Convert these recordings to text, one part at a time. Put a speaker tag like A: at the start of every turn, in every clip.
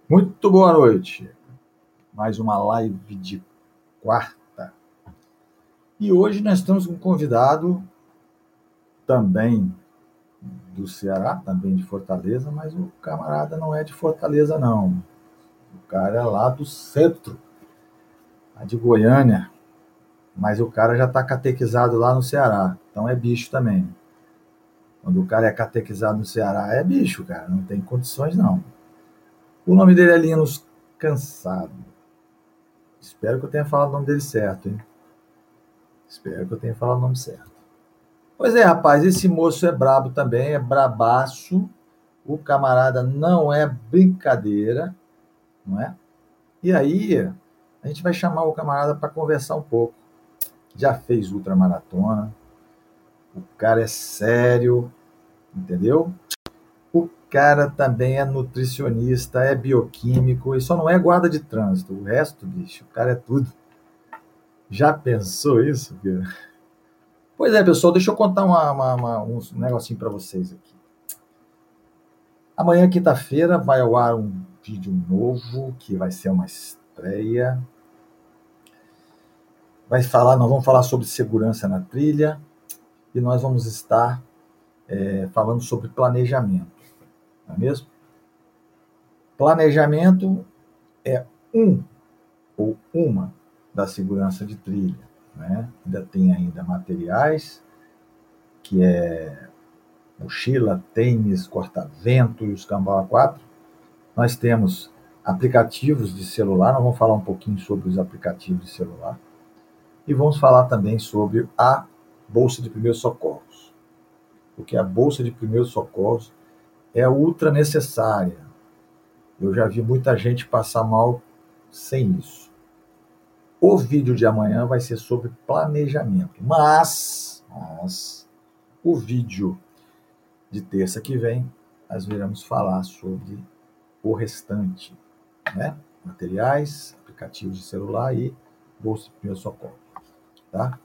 A: Muito boa noite. Mais uma live de quarta. E hoje nós estamos com um convidado também do Ceará, também de Fortaleza, mas o camarada não é de Fortaleza, não. O cara é lá do centro, lá de Goiânia, mas o cara já está catequizado lá no Ceará, então é bicho também. Quando o cara é catequizado no Ceará, é bicho, cara, não tem condições, não. O nome dele é Linus Cansado. Espero que eu tenha falado o nome dele certo, hein? Espero que eu tenha falado o nome certo. Pois é, rapaz, esse moço é brabo também, é brabaço. O camarada não é brincadeira, não é? E aí, a gente vai chamar o camarada para conversar um pouco. Já fez ultramaratona, o cara é sério, entendeu? O cara também é nutricionista, é bioquímico e só não é guarda de trânsito. O resto, bicho, o cara é tudo. Já pensou isso, cara? Pois é, pessoal, deixa eu contar um negocinho para vocês aqui. Amanhã, quinta-feira, vai ao ar um vídeo novo, que vai ser uma estreia. Nós vamos falar sobre segurança na trilha e nós vamos estar falando sobre planejamento, não é mesmo? Planejamento é um ou uma da segurança de trilha, né? Ainda tem ainda materiais, que é mochila, tênis, corta-vento e os cambau A4. Nós temos aplicativos de celular, nós vamos falar um pouquinho sobre os aplicativos de celular. E vamos falar também sobre a Bolsa de Primeiros Socorros. Porque a Bolsa de Primeiros Socorros é ultra necessária. Eu já vi muita gente passar mal sem isso. O vídeo de amanhã vai ser sobre planejamento. Mas o vídeo de terça que vem, nós iremos falar sobre o restante, né? Materiais, aplicativos de celular e Bolsa de Primeiros Socorros. Tá?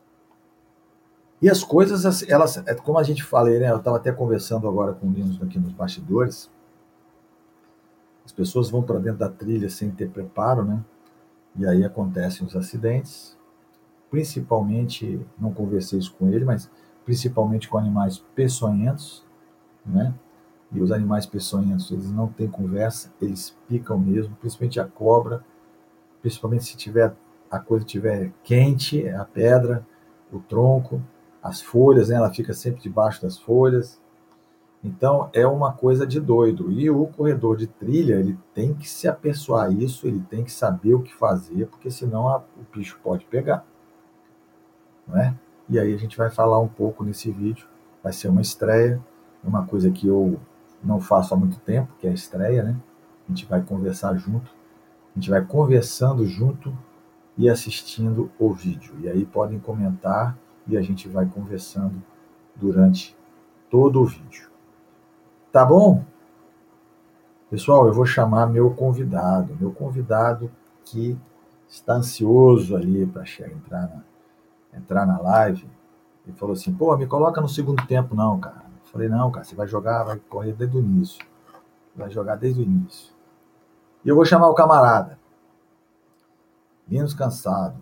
A: E as coisas, elas, como a gente falei, né? Eu estava até conversando agora com o Linus aqui nos bastidores. As pessoas vão para dentro da trilha sem ter preparo, né? E aí acontecem os acidentes. Principalmente, não conversei isso com ele, mas principalmente com animais peçonhentos, né? E os animais peçonhentos, eles não têm conversa, eles picam mesmo, principalmente a cobra, principalmente se tiver a coisa estiver quente, a pedra, o tronco, as folhas, né? Ela fica sempre debaixo das folhas. Então é uma coisa de doido. E o corredor de trilha, ele tem que se apessoar isso, ele tem que saber o que fazer, porque senão o bicho pode pegar, não é? E aí a gente vai falar um pouco nesse vídeo. Vai ser uma estreia, uma coisa que eu não faço há muito tempo, que é a estreia, né? A gente vai conversar junto, a gente vai conversando junto e assistindo o vídeo. E aí podem comentar e a gente vai conversando durante todo o vídeo. Tá bom? Pessoal, eu vou chamar meu convidado que está ansioso ali para entrar na live. Ele falou assim, pô, me coloca no segundo tempo não, cara. Eu falei, não, cara, você vai jogar, vai correr desde o início. Vai jogar desde o início. E eu vou chamar o camarada. Menos cansado.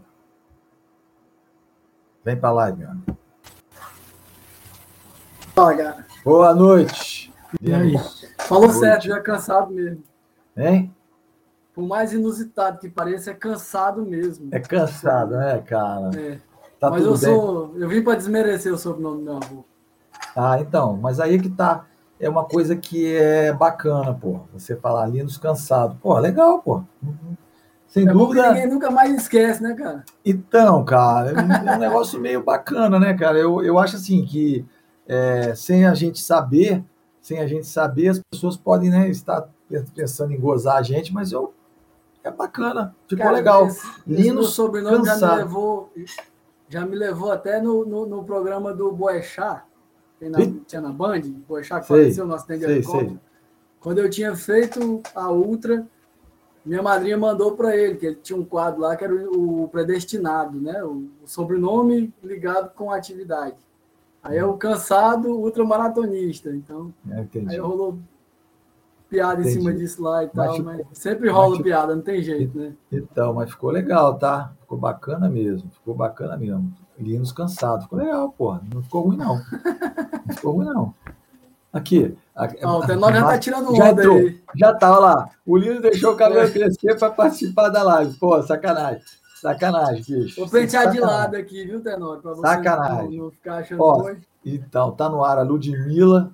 A: Vem pra live, meu amigo.
B: Fala, cara.
A: Boa noite.
B: E aí? Falou certo, já é cansado mesmo.
A: Hein?
B: Por mais inusitado que pareça, é cansado mesmo.
A: É cansado, né, cara?
B: É.
A: Tá
B: Mas
A: tudo bem?
B: eu vim para desmerecer o sobrenome do meu avô.
A: Ah, então, mas aí que tá. É uma coisa que é bacana, pô. Você falar Linus cansado. Pô, legal, pô. Sem
B: É bom que ninguém
A: dúvida.
B: nunca mais esquece, né, cara?
A: Então, cara, é um negócio meio bacana, né, cara? Eu acho assim que sem a gente saber, as pessoas podem, né, estar pensando em gozar a gente, mas é bacana, ficou
B: Cara,
A: legal.
B: esse meu
A: Linus
B: sobrenome
A: cansado.
B: já me levou até no programa do Boechat,
A: Ih,
B: tinha na Band, Boechat que
A: sei,
B: faleceu no acidente de
A: sei.
B: helicóptero. Quando eu tinha feito a Ultra, minha madrinha mandou para ele, que ele tinha um quadro lá que era o predestinado, né? O sobrenome ligado com a atividade. Aí é o cansado ultramaratonista. Então, aí
A: Entendi.
B: rolou. piada em cima
A: Entendi.
B: disso lá e
A: Mas
B: tal,
A: ficou,
B: mas sempre
A: mas
B: rola
A: ficou,
B: piada, não tem jeito, né?
A: então, mas ficou legal, tá? Ficou bacana mesmo. Ficou bacana mesmo. Linus cansado. Ficou legal, porra. Não ficou ruim, não. Não ficou ruim, não. Aqui.
B: Ó, o Tenório já tá
A: Márcio,
B: tirando
A: já
B: onda
A: entrou.
B: aí.
A: Já tá, olha lá. O Linus deixou o cabelo
B: É,
A: crescer para participar da live. Pô, sacanagem. Sacanagem,
B: vou
A: bicho.
B: pentear de
A: Sacanagem.
B: lado aqui, viu, Tenório? Para você
A: Sacanagem.
B: não ficar achando
A: Ó,
B: ruim.
A: então, tá no ar a Ludmilla.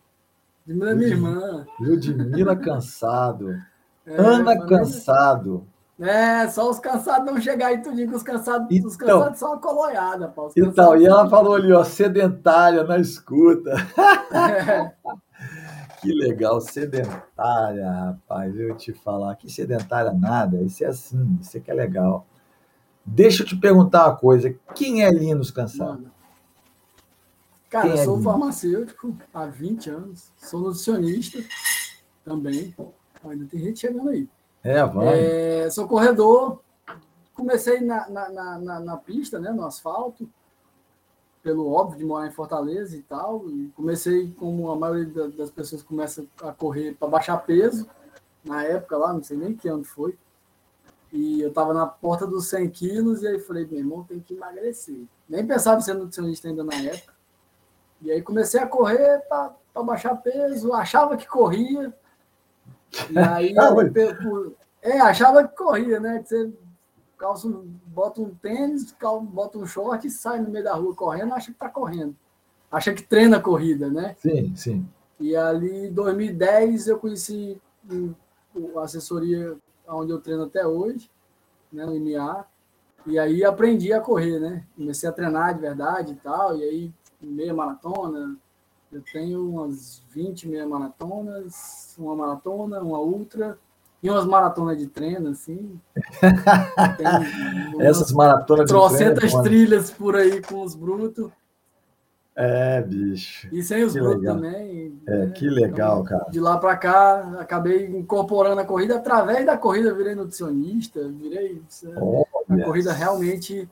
B: De minha
A: Ludmilla,
B: irmã.
A: Ludmilla cansado.
B: É,
A: Ana
B: família.
A: cansado.
B: É, só os cansados não chegar aí tudinho, que os
A: Então,
B: cansados são uma coloiada, pá. Os
A: então,
B: cansados
A: e ela
B: são.
A: falou ali, ó, sedentária na escuta.
B: É,
A: Que legal, sedentária, rapaz. Eu te falar, que sedentária nada. Isso é assim, isso é que é legal. Deixa eu te perguntar uma coisa. Quem é Linus Cansado?
B: mano. Cara, eu
A: Quem é
B: sou
A: Linus?
B: farmacêutico há 20 anos, sou nutricionista também. Ainda tem gente chegando aí.
A: É, vamos.
B: Sou corredor, comecei na pista, né, no asfalto, pelo óbvio de morar em Fortaleza e tal. E comecei como a maioria das pessoas começa a correr para baixar peso, na época lá, não sei nem que ano foi. E eu estava na porta dos 100 quilos e aí falei, meu irmão, tem que emagrecer. Nem pensava em ser nutricionista ainda na época. E aí comecei a correr para baixar peso, achava que corria. E aí
A: Ah,
B: ali,
A: oi.
B: achava que corria, né? Que você calça, bota um tênis, bota um short e sai no meio da rua correndo, acha que tá correndo. Acha que treina a corrida, né?
A: Sim, sim.
B: E ali em 2010 eu conheci a assessoria onde eu treino até hoje, né, no MMA. E aí aprendi a correr, né? Comecei a treinar de verdade e tal. E aí, meia maratona, eu tenho umas 20 meia maratonas, uma maratona, uma ultra, e umas maratonas de treino, assim. Tem
A: Essas
B: umas
A: maratonas de treino é
B: trocentas
A: bom, né?
B: trilhas por aí com os brutos,
A: É, bicho.
B: e sem os
A: Que
B: brutos
A: legal.
B: também,
A: É,
B: né?
A: que
B: Então,
A: legal, cara.
B: de lá para cá, acabei incorporando a corrida. Através da corrida, virei nutricionista, virei. A
A: Olha,
B: corrida realmente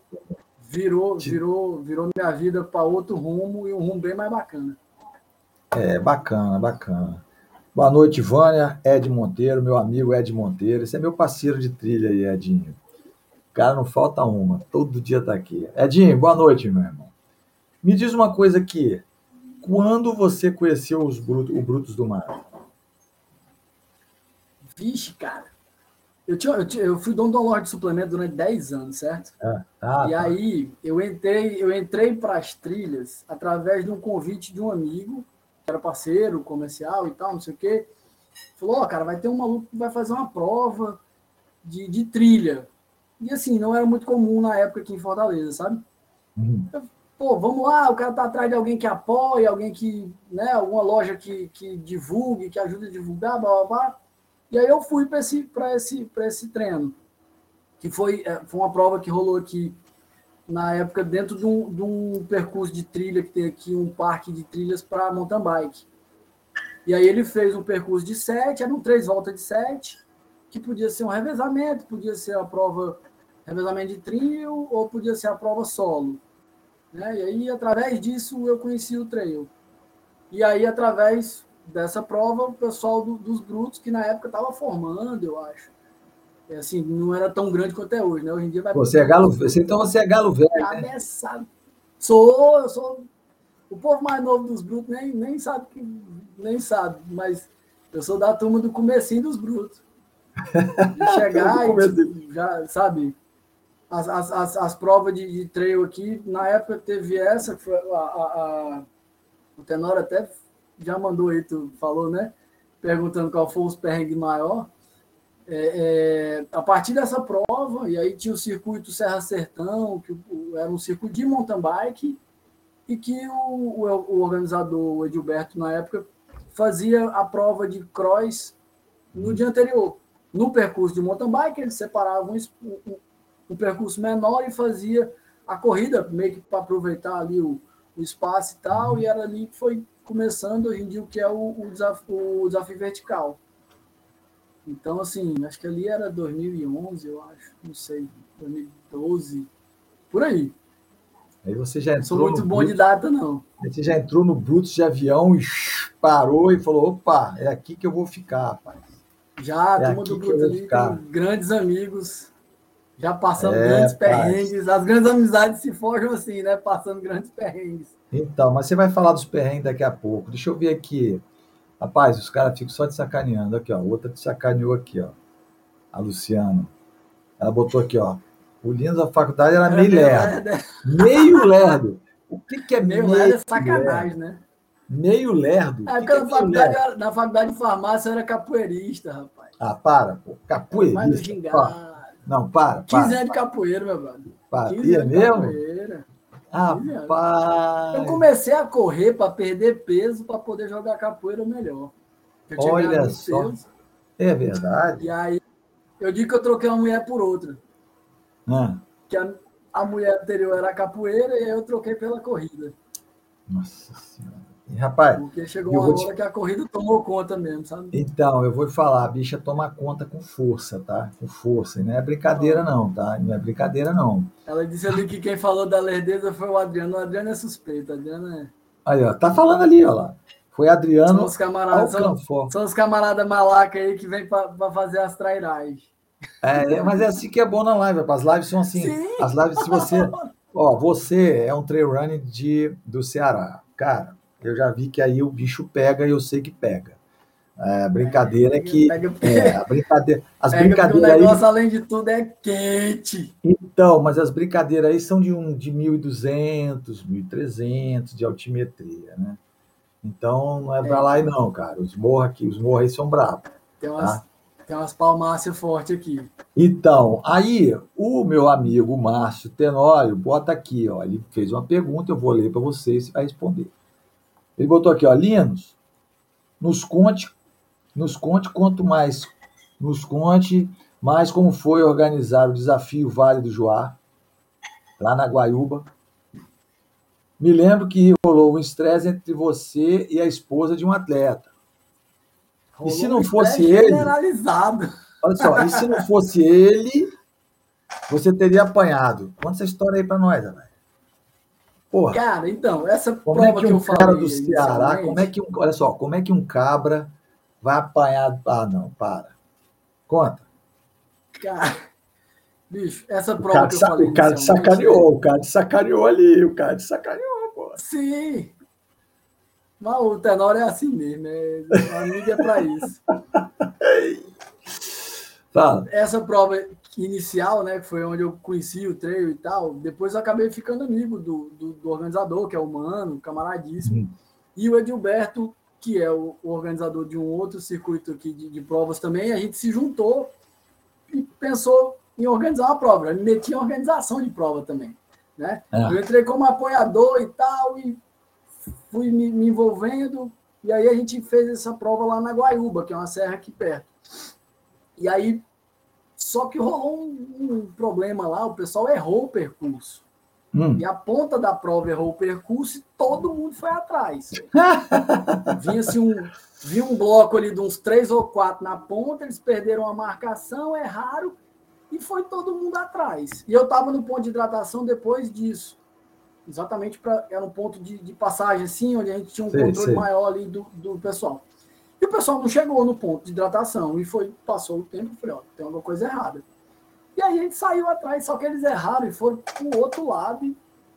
B: virou minha vida para outro rumo e um rumo bem mais bacana.
A: é bacana, bacana. Boa noite, Vânia, Ed Monteiro, meu amigo Ed Monteiro. Esse é meu parceiro de trilha aí, Edinho. Cara, não falta uma, todo dia tá aqui. Edinho, boa noite, meu irmão. Me diz uma coisa aqui. Quando você conheceu o Brutos do Mar?
B: Vixe, cara. Eu fui dono de uma loja de suplemento durante 10 anos, certo? E
A: Tá.
B: aí eu entrei para as trilhas através de um convite de um amigo, que era parceiro comercial e tal, não sei o quê. Falou, ó, cara, vai ter um maluco que vai fazer uma prova de trilha. E assim, não era muito comum na época aqui em Fortaleza, sabe?
A: Uhum.
B: Pô, vamos lá, o cara tá atrás de alguém que apoia, alguém que, né, alguma loja que divulgue, que ajude a divulgar, blá, blá, blá. E aí eu fui para esse treino, que foi uma prova que rolou aqui na época dentro de um percurso de trilha que tem aqui, um parque de trilhas para mountain bike. E aí ele fez um percurso de 7, eram 3 voltas de 7, que podia ser um revezamento, podia ser a prova revezamento de trio, ou podia ser a prova solo. Né? E aí, através disso, eu conheci o trail. E aí, através dessa prova, o pessoal dos brutos, que na época estava formando, eu acho. Assim, não era tão grande quanto é hoje, né? Hoje em dia vai
A: Você é
B: os
A: galo,
B: brutos
A: então você é galo velho.
B: cabeçada. Eu sou. O povo mais novo dos brutos nem sabe nem sabe, mas eu sou da turma do comecinho dos brutos. De
A: Então, do
B: chegar e,
A: começo.
B: tipo, já, sabe, as provas de trail aqui, na época teve essa, que foi o Tenor até já mandou aí, tu falou, né? Perguntando qual foi os perrengues maior. A partir dessa prova, e aí tinha o circuito Serra Sertão, que era um circuito de mountain bike, e que o organizador, o Edilberto, na época, fazia a prova de cross no dia anterior. No percurso de mountain bike, eles separavam um percurso menor e fazia a corrida, meio que para aproveitar ali o espaço e tal, e era ali que foi começando hoje em dia o que é o desafio vertical. Então, assim, acho que ali era 2011, eu acho, não sei, 2012, por aí.
A: Aí você já
B: Não sou
A: entrou no
B: muito bom de
A: Brutus,
B: data, não.
A: aí você já entrou no Brutus de avião e parou e falou: opa, é aqui que eu vou ficar, rapaz.
B: Já a
A: É
B: turma do
A: aqui que eu
B: Bruto
A: vou
B: ali tem
A: ficar.
B: grandes amigos, já passamos
A: É,
B: grandes
A: paz.
B: perrengues. As grandes amizades se forjam assim, né? Passando grandes perrengues.
A: Então, mas você vai falar dos perrengues daqui a pouco. Deixa eu ver aqui. Rapaz, os caras ficam só te sacaneando. Aqui, ó. Outra te sacaneou aqui, ó. A Luciana. Ela botou aqui, ó. O Linus da faculdade era
B: Era
A: meio
B: meio
A: lerdo.
B: lerdo, né?
A: Meio lerdo. O que que é
B: Meio lerdo
A: meio
B: é
A: lerdo?
B: sacanagem, né?
A: Meio lerdo? O
B: Na
A: que que
B: época
A: é meio lerdo?
B: na faculdade de farmácia eu era capoeirista, rapaz.
A: Ah, para, pô.
B: Era mais no
A: Capoeirista. Ó.
B: gingado.
A: Não, para,
B: 15
A: para,
B: anos de
A: para,
B: capoeira, meu brother.
A: para.
B: 15
A: E é
B: anos de
A: mesmo?
B: capoeira. 15 anos. Eu
A: Rapaz,
B: comecei a correr para perder peso para poder jogar capoeira melhor. Eu tinha ganhado
A: olha
B: muito
A: só.
B: peso.
A: É verdade?
B: E aí eu digo que eu troquei uma mulher por outra.
A: Ah,
B: Que a mulher anterior era capoeira e eu troquei pela corrida.
A: nossa Senhora. E, rapaz,
B: Porque chegou
A: eu
B: uma
A: vou te
B: hora que a corrida tomou conta mesmo, sabe?
A: Então, eu vou te falar, a bicha toma conta com força, tá? Com força. E não é brincadeira,
B: Ó,
A: não, tá? Não é brincadeira, não.
B: ela disse ali que quem falou da lerdeza foi o Adriano. O Adriano é suspeito. O Adriano é...
A: Aí, ó, tá falando ali, ó lá. Foi
B: São
A: Adriano
B: os camaradas,
A: Alcanfor.
B: são os camaradas malaca aí que vem para fazer as trairagens.
A: Mas é assim que é bom na live, rapaz. As lives são assim.
B: Sim!
A: As lives, se você. Ó, você é um trail running do Ceará. Cara, eu já vi que aí o bicho pega e eu sei que pega. A brincadeira é que. A brincadeira, as
B: pega porque o
A: brincadeiras aí.
B: negócio, além de tudo, é quente.
A: Então, mas as brincadeiras aí são de 1.200, 1.300 de altimetria, né? Então, não é pra lá e
B: Então,
A: não, cara. Os morros aí são bravos,
B: tem
A: tá?
B: umas, tem umas palmácias fortes aqui.
A: Então, aí, o meu amigo Márcio Tenório bota aqui, ó. Ele fez uma pergunta, eu vou ler para você e você vai responder. Ele botou aqui, ó. Linus, nos conte, nos conte quanto mais, nos conte mais como foi organizar o desafio Vale do Joá, lá na Guaiúba. Me lembro que rolou um estresse entre você e a esposa de um atleta. E se
B: Rolou um
A: não fosse
B: estresse
A: ele,
B: generalizado.
A: olha só, e se não fosse ele, você teria apanhado. Conta essa história aí pra nós, velho. Porra,
B: Cara, então, essa
A: como é
B: prova
A: que
B: que
A: um
B: eu
A: cara do
B: falei
A: Ceará,
B: inicialmente,
A: olha só, como é que um cabra vai apanhar? Ah, não, para. Conta.
B: cara, bicho, essa prova que eu falei
A: O cara te
B: inicialmente, né?
A: sacaneou, o cara te sacaneou ali, o cara te sacaneou, pô.
B: Sim, mas o Tenório é assim mesmo, o amigo é para isso.
A: Fala.
B: Essa prova inicial, né, que foi onde eu conheci o trail e tal, depois eu acabei ficando amigo do organizador, que é o Mano, camaradíssimo, e o Edilberto, que é o organizador de um outro circuito aqui de provas também, a gente se juntou e pensou em organizar uma prova. Ele metia em organização de prova também, né? Eu
A: Ah,
B: entrei como apoiador e tal, e fui me envolvendo, e aí a gente fez essa prova lá na Guaiúba, que é uma serra aqui perto. E aí, só que rolou um problema lá, o pessoal errou o percurso. E a ponta da prova errou o percurso e todo mundo foi atrás. Vinha um bloco ali de uns 3 ou 4 na ponta, eles perderam a marcação, erraram, e foi todo mundo atrás. E eu estava no ponto de hidratação depois disso. Exatamente era um ponto de passagem, assim, onde a gente tinha um controle
A: sei.
B: maior ali do pessoal. E o pessoal não chegou no ponto de hidratação. E passou o tempo e falei, ó, tem alguma coisa errada. E aí a gente saiu atrás, só que eles erraram e foram para o outro lado.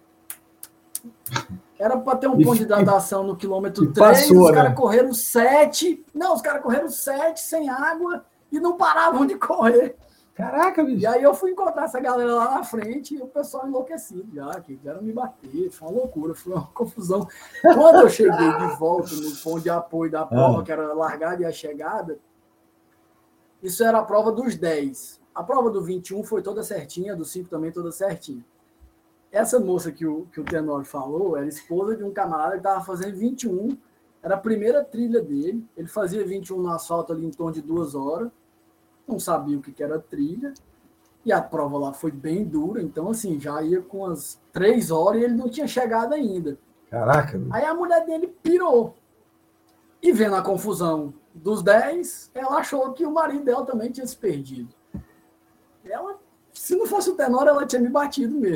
B: Era para ter um ponto de hidratação no quilômetro 3,
A: passou,
B: os caras
A: né?
B: correram 7. Não, os caras correram 7 sem água e não paravam de correr.
A: Caraca, bicho.
B: E aí eu fui encontrar essa galera lá na frente e o pessoal enlouquecido já, que vieram me bater. Foi uma loucura, foi uma confusão. Quando eu cheguei de volta no ponto de apoio da prova, que era a largada e a chegada, isso era a prova dos 10. A prova do 21 foi toda certinha, do 5 também toda certinha. Essa moça que o Tenório falou era esposa de um camarada que estava fazendo 21, era a primeira trilha dele, ele fazia 21 no asfalto ali em torno de 2 horas, não sabia o que era trilha, e a prova lá foi bem dura, então assim, já ia com as 3 horas e ele não tinha chegado ainda.
A: Caraca.
B: Aí a mulher dele pirou. E vendo a confusão dos 10, ela achou que o marido dela também tinha se perdido. Ela, se não fosse o Tenório, ela tinha me batido mesmo.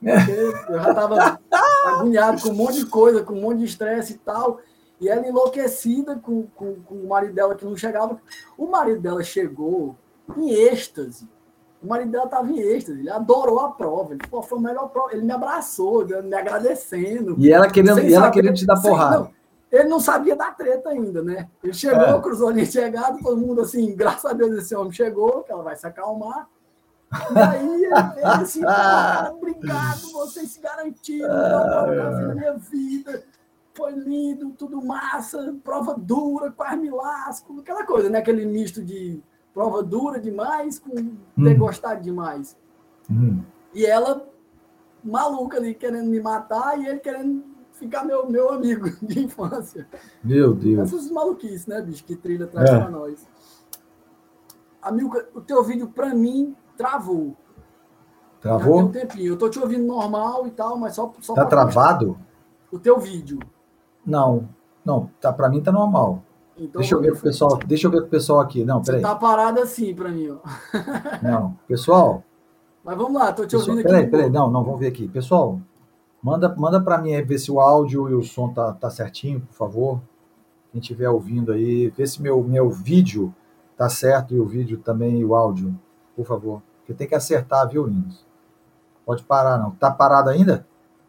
B: Porque eu já estava agoniado com um monte de coisa, com um monte de estresse e tal. E ela enlouquecida com o marido dela que não chegava. O marido dela chegou em êxtase. O marido dela estava em êxtase. Ele adorou a prova. Ele falou, foi a melhor prova. Ele me abraçou, me agradecendo. Sem
A: E ela querendo
B: saber.
A: te dar porrada.
B: Não, ele não sabia da treta ainda, né? Ele chegou,
A: É.
B: cruzou a linha de chegada, todo mundo assim, graças a Deus esse homem chegou, que ela vai se acalmar. E aí ele veio assim, pô, cara, obrigado, vocês se garantiram, melhor prova que eu fiz na minha vida. Foi lindo, tudo massa, prova dura, quase me lasco, aquela coisa, né? Aquele misto de prova dura demais com ter
A: Hum,
B: gostado demais.
A: hum.
B: E ela, maluca ali, querendo me matar e ele querendo ficar meu amigo de infância.
A: Meu
B: Essas
A: Deus.
B: maluquices, né, bicho, que trilha traz
A: É.
B: para nós. Amigo, o teu vídeo, para mim, travou. Já tem um
A: Travou?
B: tempinho. Eu tô te ouvindo normal e tal, mas só
A: Tá
B: para constar.
A: travado?
B: O teu vídeo.
A: Não. Não, tá, para mim tá normal.
B: Então
A: Deixa eu
B: vamos
A: ver
B: em
A: com o pessoal,
B: frente.
A: deixa eu ver com o pessoal aqui. Não,
B: Você
A: peraí.
B: tá parado assim para mim, ó.
A: Não. Pessoal,
B: Mas vamos lá, tô te
A: pessoal,
B: ouvindo aqui de
A: peraí.
B: boa.
A: Não, não, vamos ver aqui. Pessoal, manda para mim aí ver se o áudio e o som tá certinho, por favor. Quem estiver ouvindo aí, vê se meu vídeo tá certo e o vídeo também e o áudio, por favor. Porque tem que acertar, viu, Linus? Pode parar, não. Tá parado ainda?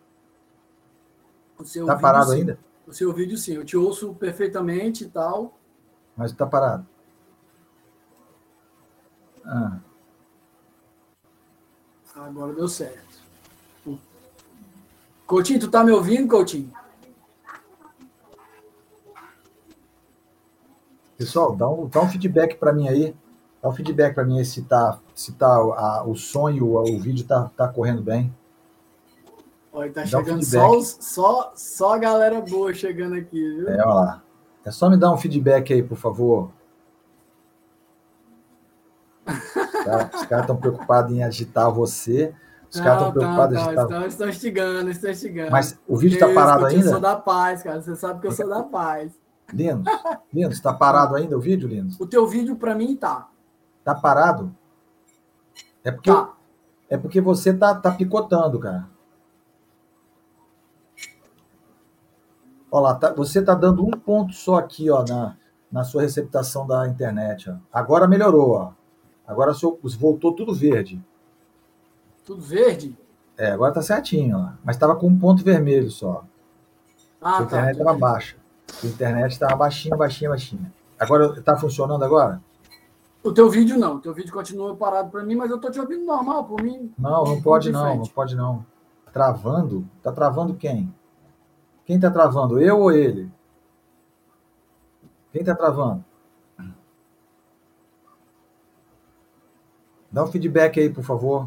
B: O seu
A: Tá
B: vídeo,
A: parado
B: sim.
A: ainda?
B: O seu vídeo, sim. Eu te ouço perfeitamente e tal.
A: Mas tá parado. Ah.
B: Agora deu certo. Coutinho, tu tá me ouvindo, Coutinho?
A: Pessoal, dá um feedback para mim aí. Dá um feedback para mim aí se tá o som e o vídeo tá correndo bem.
B: Olha, tá
A: Dá um
B: chegando
A: feedback.
B: só a galera boa chegando aqui, viu?
A: É, olha lá. É só me dar um feedback aí, por favor. Os caras estão preocupados em agitar você. Os caras estão
B: Não, tá,
A: preocupados em
B: tá.
A: agitar.
B: Estão instigando, estão instigando.
A: Mas o vídeo
B: Que
A: está
B: isso,
A: parado
B: Coutinho, eu sou
A: ainda?
B: da paz, cara. Você sabe que eu
A: Vem cá.
B: sou da paz.
A: Linus, está parado
B: Ah,
A: ainda o vídeo, Linus?
B: o teu vídeo para mim tá.
A: Está parado? É porque,
B: Tá.
A: é porque você tá picotando, cara. Olha lá, você tá dando um ponto só aqui, ó, na sua receptação da internet, ó. Agora melhorou, ó. Agora voltou tudo verde.
B: Tudo verde?
A: É, agora tá certinho, ó. Mas estava com um ponto vermelho só.
B: Ah,
A: Sua
B: tá.
A: internet
B: Tô
A: estava
B: entendendo.
A: baixa. Sua internet estava baixinha, baixinha, baixinha. Agora tá funcionando agora?
B: O teu vídeo não. O teu vídeo continua parado para mim, mas eu tô te ouvindo normal. Por mim,
A: Não, não
B: vamos
A: pode
B: em
A: não, não
B: frente.
A: pode não. Travando? Tá travando quem? Quem tá travando? Eu ou ele? Quem tá travando? Dá um feedback aí, por favor.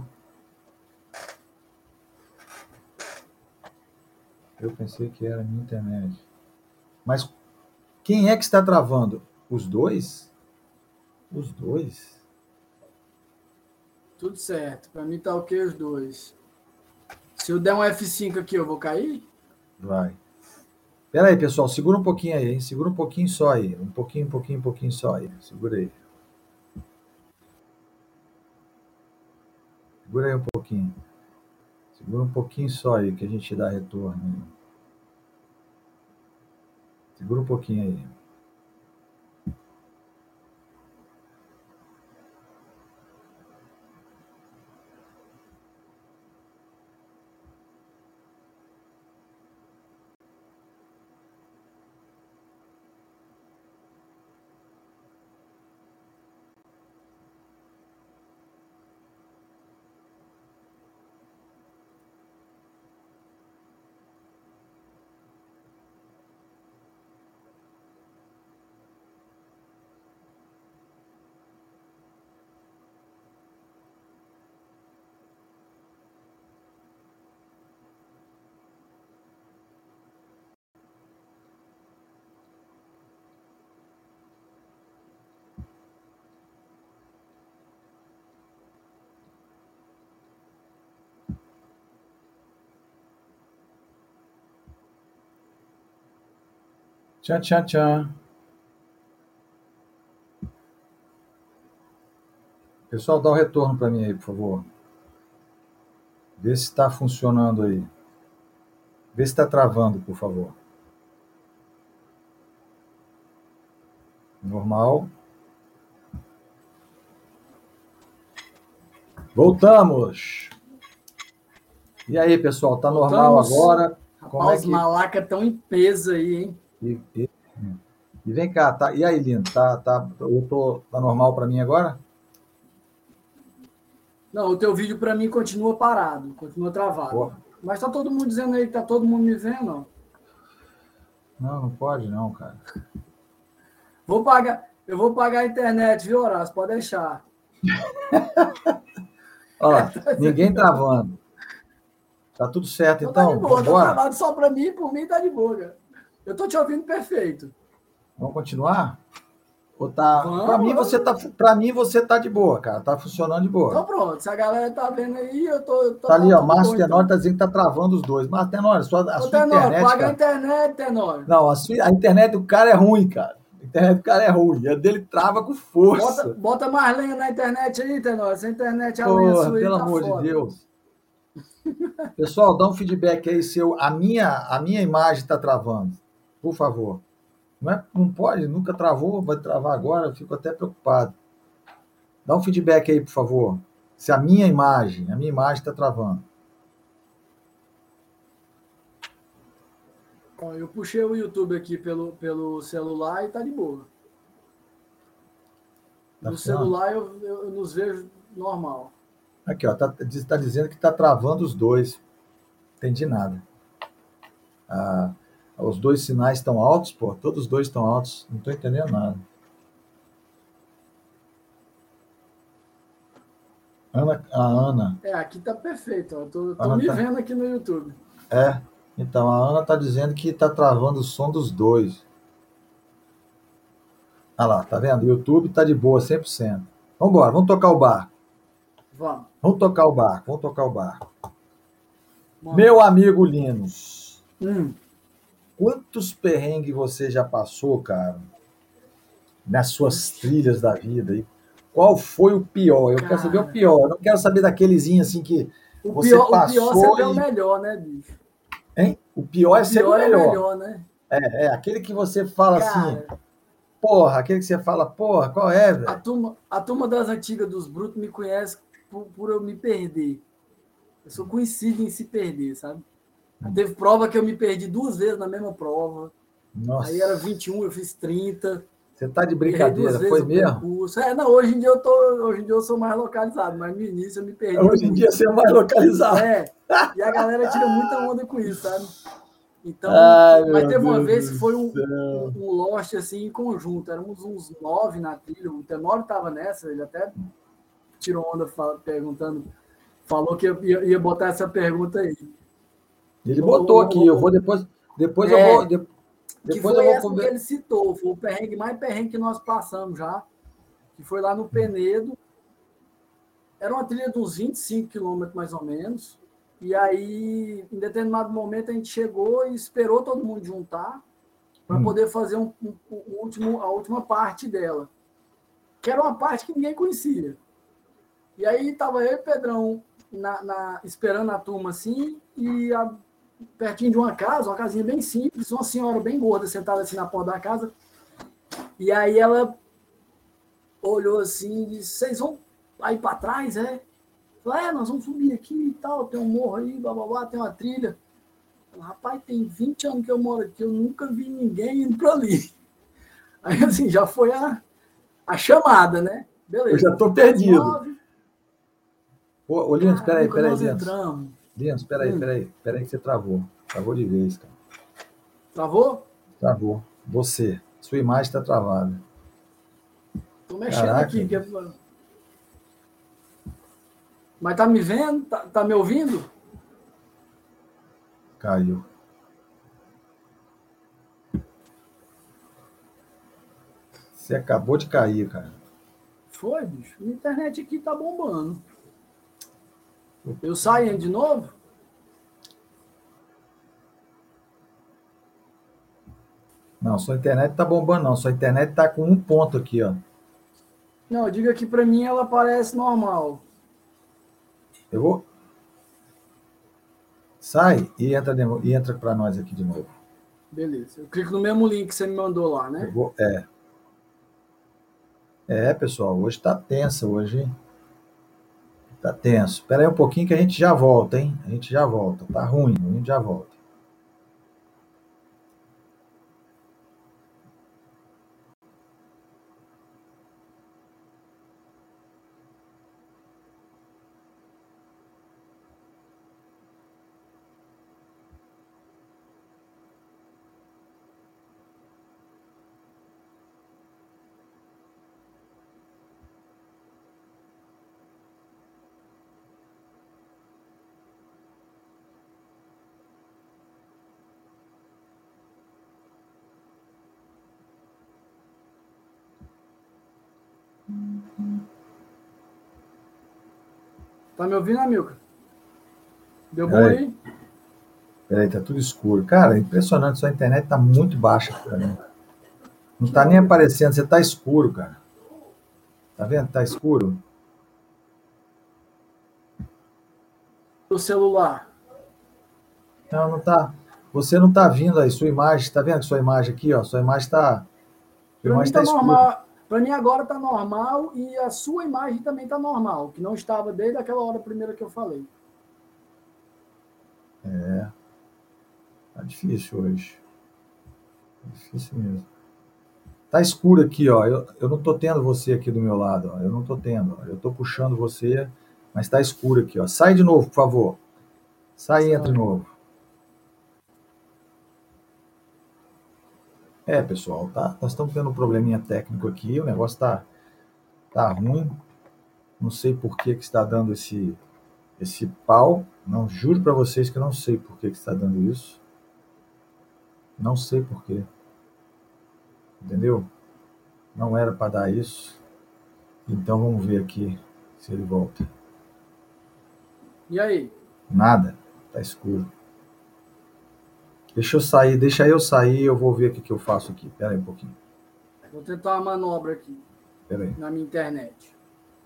A: Eu pensei que era a minha internet. Mas quem é que está travando? Os dois? Os dois?
B: Tudo certo. Para mim tá ok os dois. Se eu der um F5 aqui, eu vou cair?
A: Vai. Pera aí, pessoal, segura um pouquinho aí, hein? Segura um pouquinho só aí. Um pouquinho só aí. Segura aí. Segura aí um pouquinho. Segura um pouquinho só aí, que a gente dá retorno. Segura um pouquinho aí. Tchan, tchan, tchan. Pessoal, dá o retorno para mim aí, por favor. Vê se está funcionando aí. Vê se está travando, por favor. Normal. Voltamos. E aí, pessoal, tá normal
B: Voltamos.
A: agora? Como é
B: Rapaz, os
A: que...
B: malacas estão em peso aí, hein?
A: E, e- e vem cá, tá? E aí, Lino, tá normal para mim agora?
B: Não, o teu vídeo para mim continua parado, continua travado.
A: Pô,
B: Mas tá todo mundo dizendo aí que tá todo mundo me vendo, ó.
A: não pode não, cara.
B: Eu vou pagar a internet, viu, Horácio? Pode deixar.
A: Ó, ninguém travando. Tá tudo certo,
B: Então tá de
A: então?
B: boa,
A: Vamos
B: tá
A: embora?
B: travado só para mim, por mim tá de boa, cara. Eu tô te ouvindo perfeito.
A: Vamos continuar? Ou tá...
B: Vamos.
A: Para mim você tá de boa, cara. Tá funcionando de boa.
B: Então pronto, se a galera tá vendo aí,
A: Tá ali,
B: tá
A: ó,
B: tudo
A: Márcio
B: bom
A: Tenório
B: então.
A: tá dizendo que tá travando os dois. Márcio Tenório, a
B: Ô,
A: sua
B: Tenor,
A: internet,
B: paga a
A: cara.
B: internet, Tenor.
A: Não, a internet do cara é ruim, cara. A internet do cara é ruim. A dele trava com força.
B: Bota mais lenha na internet aí, Tenor. Essa internet, a lenha
A: Porra,
B: sua aí
A: pelo
B: tá
A: amor de
B: foda.
A: Deus. Pessoal, dá um feedback aí se a minha imagem está travando. Por favor. Não pode, nunca travou, vai travar agora, eu fico até preocupado. Dá um feedback aí, por favor. Se a minha imagem está travando.
B: Ó, eu puxei o YouTube aqui pelo celular e tá de boa.
A: Tá
B: No
A: funcionando?
B: celular eu nos vejo normal.
A: Aqui, ó, tá dizendo que está travando os dois. Entendi nada. Ah, os dois sinais estão altos, pô. Todos os dois estão altos. Não estou entendendo nada. A Ana.
B: É, aqui tá perfeito. Ó. Tô
A: Ana
B: me
A: tá.
B: vendo aqui no YouTube.
A: É. Então, a Ana está dizendo que está travando o som dos dois. Ah lá, tá vendo? O YouTube tá de boa, 100%. Vamos embora, vamos tocar o barco.
B: Vamos.
A: Vamos tocar o barco, vamos tocar o barco.
B: Vamos.
A: Meu amigo Linus,
B: Hum.
A: quantos perrengues você já passou, cara, nas suas trilhas da vida? E qual foi o pior? Eu quero saber o
B: Cara,
A: pior. Eu não quero saber daquelezinho assim que você
B: o pior
A: passou
B: sempre é o
A: e...
B: melhor, né, bicho?
A: Hein? O pior
B: O
A: é sempre o
B: pior é o
A: melhor.
B: melhor, né?
A: Aquele que você fala assim,
B: Cara,
A: porra, aquele que você fala, porra, qual é,
B: a
A: velho?
B: turma, a turma das antigas dos Brutos me conhece por eu me perder. Eu sou conhecido em se perder, sabe? Teve prova que eu me perdi 2 vezes na mesma prova. Aí era
A: Nossa,
B: 21, eu fiz 30.
A: você tá de
B: Errei duas
A: brincadeira,
B: vezes
A: foi
B: o
A: mesmo?
B: percurso. Não, hoje em dia eu sou mais localizado, mas no início eu me perdia
A: Hoje em dia
B: muito.
A: você é mais localizado.
B: E a galera tira muita onda com isso, sabe? Então,
A: Ai,
B: mas
A: meu
B: teve uma
A: Deus
B: vez que
A: do
B: foi
A: céu.
B: um lost assim em conjunto. Éramos uns 9 na trilha. O Tenório estava nessa, ele até tirou onda perguntando, falou que ia botar essa pergunta aí.
A: Ele
B: O,
A: botou aqui, eu
B: o,
A: vou
B: o,
A: depois eu vou,
B: é, que
A: depois eu
B: foi
A: vou
B: essa que
A: conver...
B: ele citou, foi o perrengue mais perrengue que nós passamos já, que foi lá no Penedo. Era uma trilha de uns 25 quilômetros, mais ou menos. E aí, em determinado momento, a gente chegou e esperou todo mundo juntar para poder fazer a última parte dela, que era uma parte que ninguém conhecia. E aí, estava eu e o Pedrão esperando a turma assim, e pertinho de uma casa, uma casinha bem simples, uma senhora bem gorda sentada assim na porta da casa. E aí ela olhou assim e disse: Vocês vão aí para trás, é? Falei, nós vamos subir aqui e tal, tem um morro aí, blá, blá, blá, tem uma trilha. Falei, rapaz, tem 20 anos que eu moro aqui, eu nunca vi ninguém indo para ali. Aí, assim, já foi a chamada, né?
A: Eu
B: Beleza,
A: já
B: nós
A: estou
B: fomos para as
A: perdido.
B: 9.
A: Ô, Linus,
B: Cara,
A: peraí,
B: quando nós
A: Linus.
B: entramos...
A: Linus,
B: Hum,
A: peraí que você travou. Travou de vez, cara.
B: travou?
A: Travou. Você, sua imagem está travada.
B: Tô mexendo
A: Caraca,
B: aqui.
A: bicho.
B: Mas tá me vendo? Tá me ouvindo?
A: Caiu. Você acabou de cair, cara.
B: Foi, bicho. A internet aqui tá bombando. Eu saio de novo?
A: Não, sua internet tá bombando, não. Sua internet tá com um ponto aqui, ó.
B: Não, diga que para mim ela parece normal.
A: Eu vou. Sai e entra para nós aqui de novo.
B: Beleza. Eu clico no mesmo link que você me mandou lá, né?
A: Pessoal, hoje tá tenso, hoje tá tenso. Espera aí um pouquinho que a gente já volta, hein? A gente já volta. Tá ruim, a gente já volta.
B: Tá me ouvindo, Amilcar? Deu bom aí?
A: Peraí, tá tudo escuro. Cara, impressionante, sua internet tá muito baixa pra mim. Não tá nem aparecendo, você tá escuro, cara. Tá vendo? Tá escuro.
B: O celular.
A: Não, não tá. Você não tá vindo aí, sua imagem, tá vendo sua imagem aqui, ó? Sua imagem tá.
B: Para mim tá normal. Para mim agora tá normal e a sua imagem também tá normal, que não estava desde aquela hora primeira que eu falei.
A: Tá difícil hoje. Tá difícil mesmo. Tá escuro aqui, ó. Eu não tô tendo você aqui do meu lado, ó. Eu não tô tendo. Ó. Eu tô puxando você, mas tá escuro aqui, ó. Sai de novo, por favor. Sai e entra de novo. Pessoal, tá? Nós estamos tendo um probleminha técnico aqui, o negócio tá ruim. Não sei por que está dando esse pau. Não, juro para vocês que eu não sei por que está dando isso. Não sei por quê. Entendeu? Não era para dar isso. Então vamos ver aqui se ele volta.
B: E aí?
A: Nada. Tá escuro. Deixa eu sair, eu vou ver o que eu faço aqui. Pera aí um pouquinho.
B: Vou tentar uma manobra aqui.
A: Pera aí.
B: Na minha internet.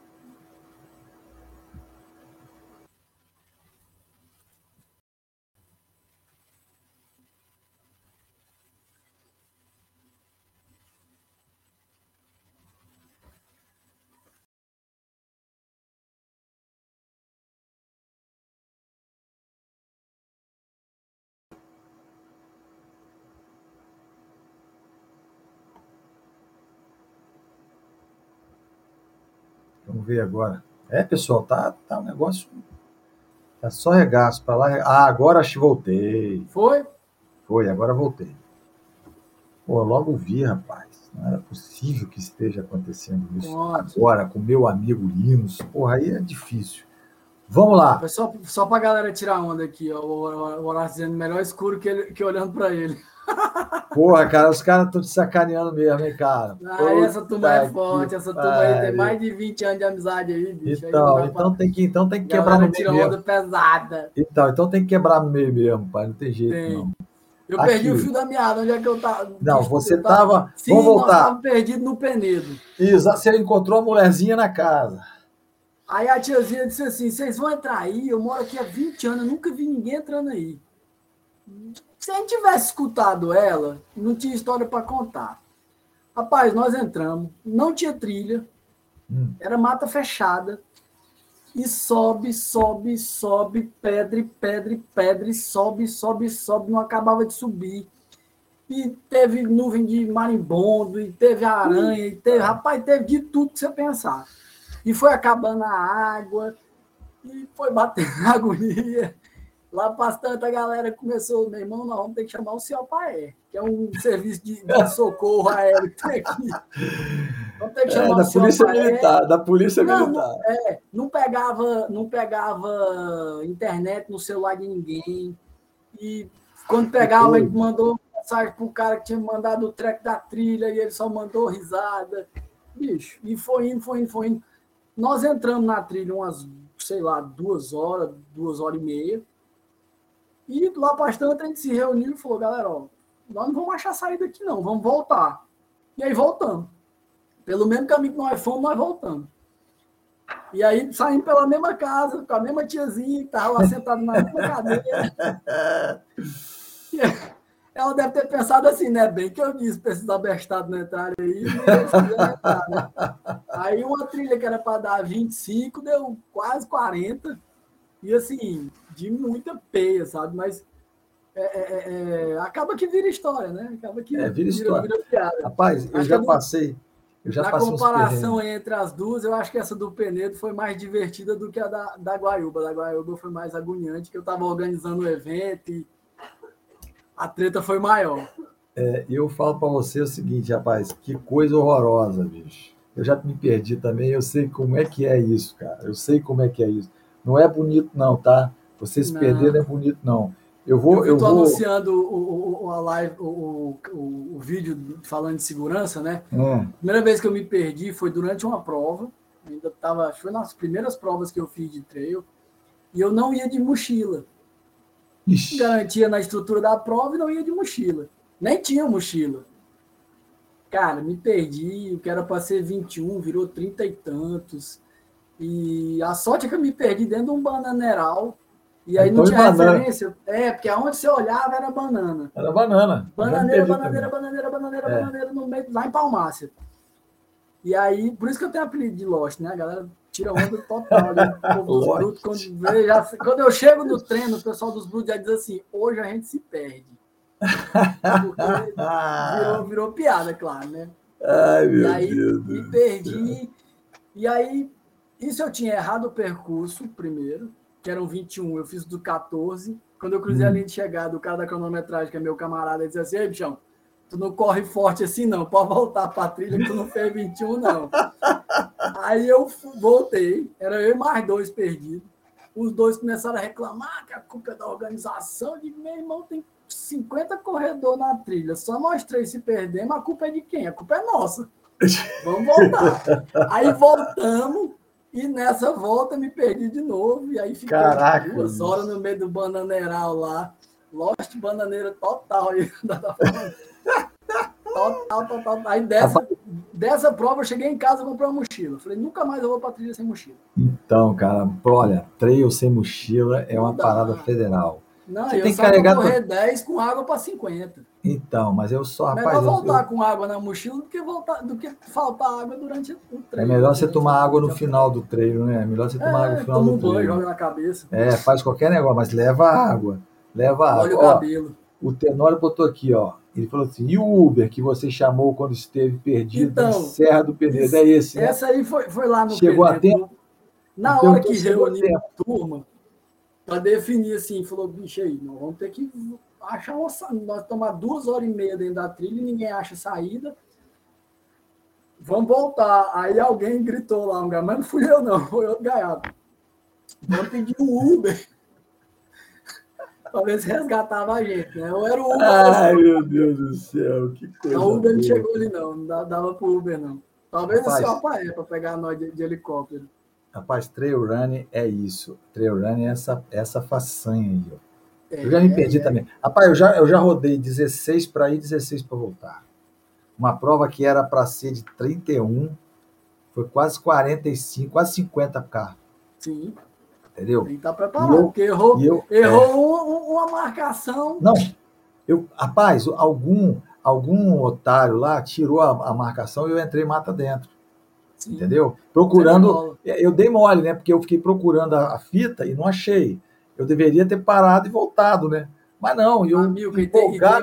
A: Vamos ver agora. Pessoal, tá um negócio. Tá só regaço para lá. Ah, agora acho que voltei.
B: Foi?
A: Foi, agora voltei. Pô, logo vi, rapaz. Não era possível que esteja acontecendo isso agora com meu amigo Linus. Porra, aí é difícil. Vamos lá.
B: Foi só pra galera tirar onda aqui, ó. O Horácio dizendo melhor escuro que olhando pra ele.
A: Porra, cara, os caras estão te sacaneando mesmo, hein, cara?
B: Essa turma é forte, essa turma aí tem mais de 20 anos de amizade aí, bicho.
A: Então tem que quebrar no meio
B: tira onda pesada.
A: Então tem que quebrar no meio mesmo, pai. Não tem jeito, não.
B: Eu perdi o fio da meada, onde é que eu tava?
A: Não, você tava.
B: Sim,
A: vamos voltar.
B: Nós estávamos perdidos no Penedo.
A: Exato, você encontrou a mulherzinha na casa.
B: Aí a tiazinha disse assim: vocês vão entrar aí? Eu moro aqui há 20 anos, eu nunca vi ninguém entrando aí. Se a gente tivesse escutado ela, não tinha história para contar. Rapaz, nós entramos, não tinha trilha, era mata fechada. E sobe, pedra, sobe, não acabava de subir. E teve nuvem de marimbondo, e teve aranha, e teve, rapaz, teve de tudo que você pensar. E foi acabando a água, e foi batendo a agonia. Lá bastante a galera começou, meu irmão, nós vamos ter que chamar o CIOPAE, que é um serviço de socorro aéreo que tem aqui. Vamos ter que chamar
A: da Polícia Militar, da Polícia Militar.
B: Não pegava internet no celular de ninguém. E quando pegava, ele mandou mensagem pro cara que tinha mandado o treco da trilha e ele só mandou risada. Bicho, e foi indo. Nós entramos na trilha umas, 2 horas e meia. E lá bastante a gente se reuniu e falou, galera, ó, nós não vamos achar saída aqui não, vamos voltar. E aí voltamos. Pelo mesmo caminho que nós fomos, nós voltamos. E aí saímos pela mesma casa, com a mesma tiazinha, que estava lá sentada na mesma cadeira. E ela deve ter pensado assim, né? Bem que eu disse para esses abestados não entrarem aí, e eles quiseram entrar, né? Aí uma trilha que era para dar 25, deu quase 40. E assim, de muita peia, sabe? Mas acaba que vira história, né? Acaba que
A: Vira
B: vira,
A: história.
B: vira piada.
A: Rapaz,
B: Acho que
A: eu já
B: na
A: passei uns
B: comparação
A: perrengues.
B: entre as duas, eu acho que essa do Penedo foi mais divertida do que a da Guaiúba. Da Guaiúba foi mais agoniante, que eu estava organizando o evento e a treta foi maior.
A: E eu falo para você o seguinte, rapaz, que coisa horrorosa, bicho. Eu já me perdi também, eu sei como é que é isso, cara. Eu sei como é que é isso. Não é bonito não, tá? Você se perder não é
B: Não.
A: bonito não.
B: Eu vi
A: Eu
B: tu
A: vou.
B: anunciando a live, o vídeo falando de segurança, né?
A: Hum,
B: A primeira vez que eu me perdi foi durante uma prova. Ainda tava, foi nas primeiras provas que eu fiz de trail. E eu não ia de mochila.
A: ixi,
B: Garantia na estrutura da prova e não ia de mochila. Nem tinha mochila. Cara, me perdi. O que era para ser 21, virou 30 e tantos. E a sorte é que eu me perdi dentro de um bananeral. E aí não
A: então e
B: tinha
A: banana.
B: referência. Porque aonde você olhava era banana.
A: Era banana. Eu já me
B: Bananeira,
A: perdi
B: bananeira,
A: também.
B: bananeira, bananeira,
A: É.
B: bananeira, no meio, lá em Palmácia. E aí, por isso que eu tenho apelido de Lost, né? A galera tira onda total ali. O povo dos brutos,
A: Lote.
B: quando eu chego no treino, o pessoal dos brutos já diz assim: hoje a gente se perde. Porque virou piada, claro, né?
A: Ai,
B: E
A: meu
B: aí
A: Deus
B: me
A: do céu.
B: perdi. E aí, isso eu tinha errado o percurso primeiro, que eram 21, eu fiz do 14. Quando eu cruzei a linha
A: Hum.
B: de chegada, o cara da cronometragem, que é meu camarada, ele disse assim: ei, bichão, tu não corre forte assim, não. Pode voltar pra trilha que tu não fez 21, não. Aí eu voltei, era eu e mais dois perdidos. Os dois começaram a reclamar que a culpa é da organização. Eu digo, meu irmão, tem 50 corredores na trilha, só nós três se perdemos, a culpa é de quem? A culpa é nossa. Vamos voltar. Aí voltamos, e nessa volta me perdi de novo, e aí fiquei
A: Caraca,
B: 2 horas
A: bicho.
B: no meio do bananeiral lá. Lost bananeira total aí. Total, total. Aí dessa prova eu cheguei em casa e comprei uma mochila. Falei, nunca mais eu vou pra trilha sem mochila.
A: Então, cara, olha, trail sem mochila é uma
B: Não
A: parada
B: dá.
A: federal.
B: Não,
A: Você
B: eu
A: tem que
B: saio para
A: carregar.
B: correr 10 com água para 50.
A: Então, mas eu só, rapaz,
B: Melhor voltar com água na mochila do que faltar água durante o
A: é
B: treino,
A: melhor você
B: durante
A: tomar água no
B: a
A: final
B: prova.
A: do treino, né? É melhor você tomar água no final
B: Toma
A: do
B: um banho,
A: treino.
B: joga na cabeça,
A: Faz qualquer negócio, mas leva água. Leva
B: molha
A: água.
B: o
A: Ó,
B: cabelo.
A: o Tenório botou aqui, ó. Ele falou assim: e o Uber que você chamou quando esteve perdido em
B: Então,
A: Serra do Penedo? É esse, né?
B: essa aí foi lá no
A: Chegou a
B: Penedo.
A: tempo? Ele
B: Na hora
A: perguntou
B: que
A: se chegou a
B: reuniu
A: tempo.
B: a turma, para definir assim, falou, bicho aí, nós vamos ter que achar uma saída. Nós tomar 2 horas e meia dentro da trilha e ninguém acha saída. Vamos voltar. Aí alguém gritou lá, mas não fui eu não, foi outro gaiato. Vamos pedir um Uber para ver se resgatava a gente, né? Ou era o Uber ou era
A: Ai,
B: o
A: meu Deus do céu, que
B: Não, o
A: coisa
B: Uber não
A: boa.
B: chegou ali não, não dava pro Uber não. Talvez assim, ó,
A: Rapaz,
B: para pegar nós de helicóptero.
A: trail running é isso. Trail running é essa façanha aí, ó. Eu já me perdi
B: É.
A: também. Rapaz, eu já rodei 16 para ir, 16 para voltar. Uma prova que era para ser de 31, foi quase 45, quase 50K,
B: Sim,
A: entendeu?
B: tem que estar
A: E
B: preparado,
A: eu,
B: porque
A: e eu,
B: uma marcação.
A: não, rapaz, algum otário lá tirou a marcação e eu entrei mata dentro,
B: Sim,
A: entendeu?
B: sempre
A: Procurando,
B: rola.
A: eu dei mole, né? Porque eu fiquei procurando a fita e não achei. Eu deveria ter parado e voltado, né? Mas não, eu
B: Amigo,
A: empolgado.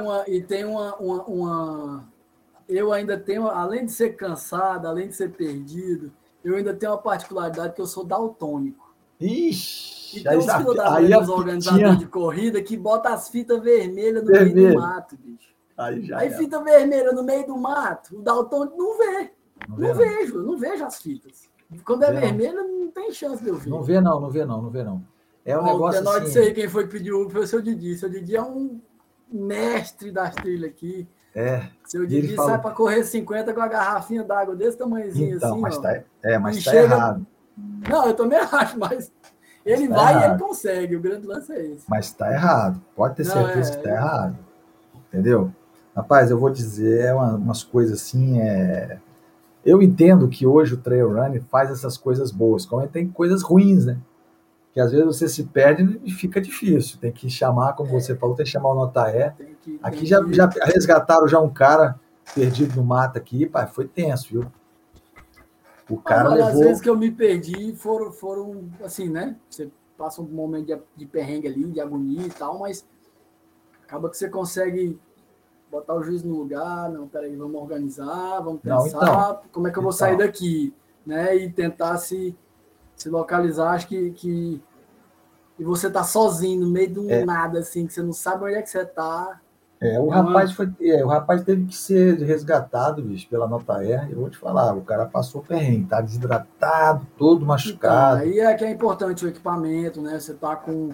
B: eu ainda tenho, além de ser cansado, além de ser perdido, eu ainda tenho uma particularidade que eu sou daltônico. E
A: Ixi,
B: tem uns filhos da mãe
A: aí a
B: dos organizadores de
A: fitinha
B: corrida que bota as fitas vermelhas no meio do
A: vermelha.
B: mato, bicho.
A: Aí já
B: Aí
A: era.
B: fita vermelha no meio do mato, o daltônico não vê.
A: Não vê,
B: Não
A: não.
B: vejo, eu não vejo as fitas. Quando
A: Não
B: é
A: vê, não.
B: vermelha, não tem chance de eu
A: Não
B: ver.
A: vê, não, não vê, não, não vê, não. É um
B: Ó, o
A: negócio
B: tenor disso aí,
A: assim.
B: quem foi que pediu foi o seu Didi. Seu Didi é um mestre das trilhas aqui. Seu
A: E ele
B: Didi sai
A: falou,
B: para correr 50 com a garrafinha d'água desse tamanhozinho
A: então,
B: assim, ó.
A: mas
B: E
A: tá
B: chega.
A: errado.
B: Não, eu também acho, mas
A: Mas
B: ele
A: tá
B: vai e ele
A: errado.
B: consegue. O grande lance é esse.
A: Mas tá errado. Pode ter
B: Não,
A: certeza que tá errado. Entendeu? Rapaz, eu vou dizer umas coisas assim. eu entendo que hoje o trail running faz essas coisas boas, como tem coisas ruins, né? Que às vezes você se perde e fica difícil. Tem que chamar, como você falou, tem que chamar o Notaé. Aqui
B: tem
A: já
B: que...
A: resgataram já um cara perdido no mato aqui, pai, foi tenso, viu? O
B: Mas
A: cara
B: olha, às vezes
A: levou.
B: que eu me perdi foram assim, né? Você passa um momento de perrengue ali, de agonia e tal, mas acaba que você consegue botar o juiz no lugar, não, peraí, vamos organizar, vamos
A: Não, então.
B: pensar como é que eu vou sair
A: Então,
B: daqui, né? E tentar se localizar, acho que e você tá sozinho, no meio de um
A: é,
B: nada, assim, que você não sabe onde é que você tá.
A: o
B: É uma.
A: rapaz o rapaz teve que ser resgatado, bicho, pela Notaé. Eu vou te falar, o cara passou perrengue, tá desidratado, todo
B: Então,
A: machucado.
B: aí é que é importante o equipamento, né? Você tá com.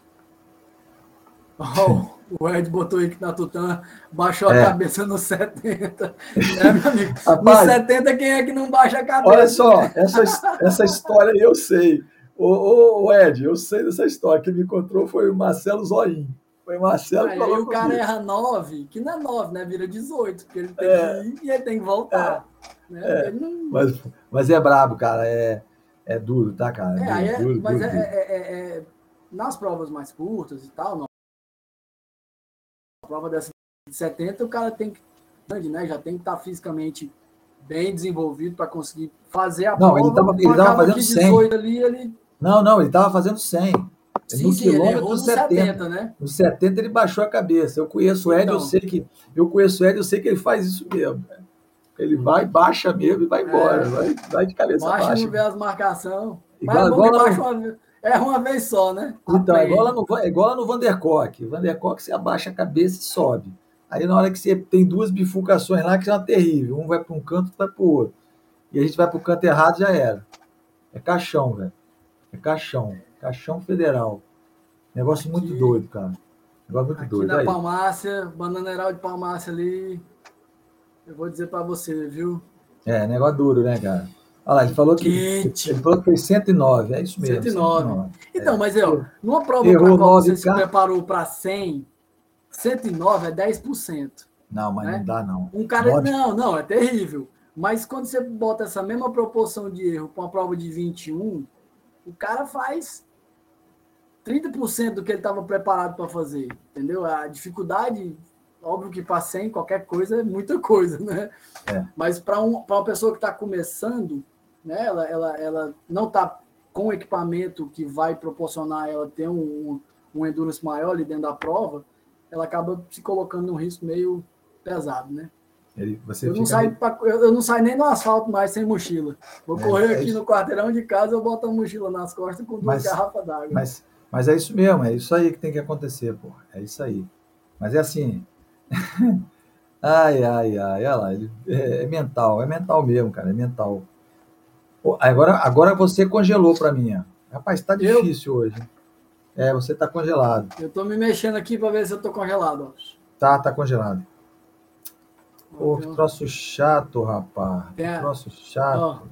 B: Oh, o Ed botou aí que na Tutã baixou a
A: É,
B: cabeça no 70, né, meu amigo? No
A: rapaz,
B: 70, quem é que não baixa a
A: olha
B: cabeça,
A: só,
B: né?
A: essa história eu sei. Ô, Ed, eu sei dessa história. Quem me contou foi o Marcelo Zoim. Foi o Marcelo que
B: Aí
A: falou
B: o cara
A: comigo.
B: erra 9, que não é 9, né? Vira 18, porque ele tem que ir e ele tem que voltar, né? Porque ele não.
A: Mas, mas é brabo, cara. É duro, tá, cara? É duro, duro,
B: Mas
A: duro, duro.
B: nas provas mais curtas e tal, na prova dessa de 70, o cara tem que, né? Já tem que estar fisicamente bem desenvolvido para conseguir fazer a
A: Não,
B: prova.
A: ele tava
B: Acaba
A: fazendo
B: que
A: 100.
B: 18 ali, ele.
A: Não, ele tava fazendo 100.
B: Sim,
A: No
B: sim, ele
A: quilômetro
B: errou no
A: 70.
B: 70, né?
A: No 70 ele baixou a cabeça. Eu conheço o Ed,
B: Então,
A: eu conheço o Ed, eu sei que ele faz isso mesmo. Ele vai, baixa mesmo e vai embora.
B: é,
A: Vai de cabeça
B: baixa e
A: baixa.
B: não vê as marcações. Mas é
A: Igual,
B: bom
A: igual
B: que
A: lá
B: baixa
A: no,
B: erra uma vez só, né?
A: Então,
B: Aprende.
A: é igual lá no Vandercock. O Vandercock você abaixa a cabeça e sobe. Aí na hora que você tem duas bifurcações lá que são terrível. Um vai para um canto, outro vai para o outro. E a gente vai para o canto errado, já era. É caixão, velho. É caixão. Caixão federal. Negócio muito
B: Aqui,
A: doido, cara. Negócio muito
B: aqui
A: doido.
B: na
A: Aí.
B: Palmácia, Bananeira de Palmácia ali, eu vou dizer para você, viu?
A: É, negócio duro, né, cara? Olha lá, ele
B: Quente.
A: falou que foi 109. É isso mesmo,
B: 109.
A: 109.
B: Então,
A: É.
B: mas ó, numa prova para a
A: Errou
B: qual você se
A: 9K.
B: preparou para 100, 109 é 10%,
A: Não, mas não
B: né?
A: dá, não.
B: Um cara,
A: 9.
B: não, é terrível. Mas quando você bota essa mesma proporção de erro para uma prova de 21, o cara faz 30% do que ele estava preparado para fazer, entendeu? A dificuldade, óbvio que para 100 qualquer coisa é muita coisa, né?
A: É.
B: Mas para uma pessoa que está começando, né, ela não está com o equipamento que vai proporcionar a ela ter um endurance maior ali dentro da prova, ela acaba se colocando num risco meio pesado, né?
A: Você fica.
B: Eu não saio nem no asfalto mais sem mochila. Vou correr
A: É
B: aqui
A: isso.
B: no quarteirão de casa, eu boto a mochila nas costas com 2
A: Mas,
B: garrafas d'água.
A: mas é isso mesmo, é isso aí que tem que acontecer, pô. É isso aí. Mas é assim, olha lá, é mental mesmo, cara, é mental. Pô, agora você congelou para mim, ó. Rapaz, tá
B: Eu
A: difícil hoje. É, você tá congelado.
B: eu tô me mexendo aqui para ver se eu tô congelado.
A: Tá congelado.
B: Ó,
A: Pô, que troço chato, rapaz.
B: tem
A: Que
B: a,
A: troço chato.
B: ó,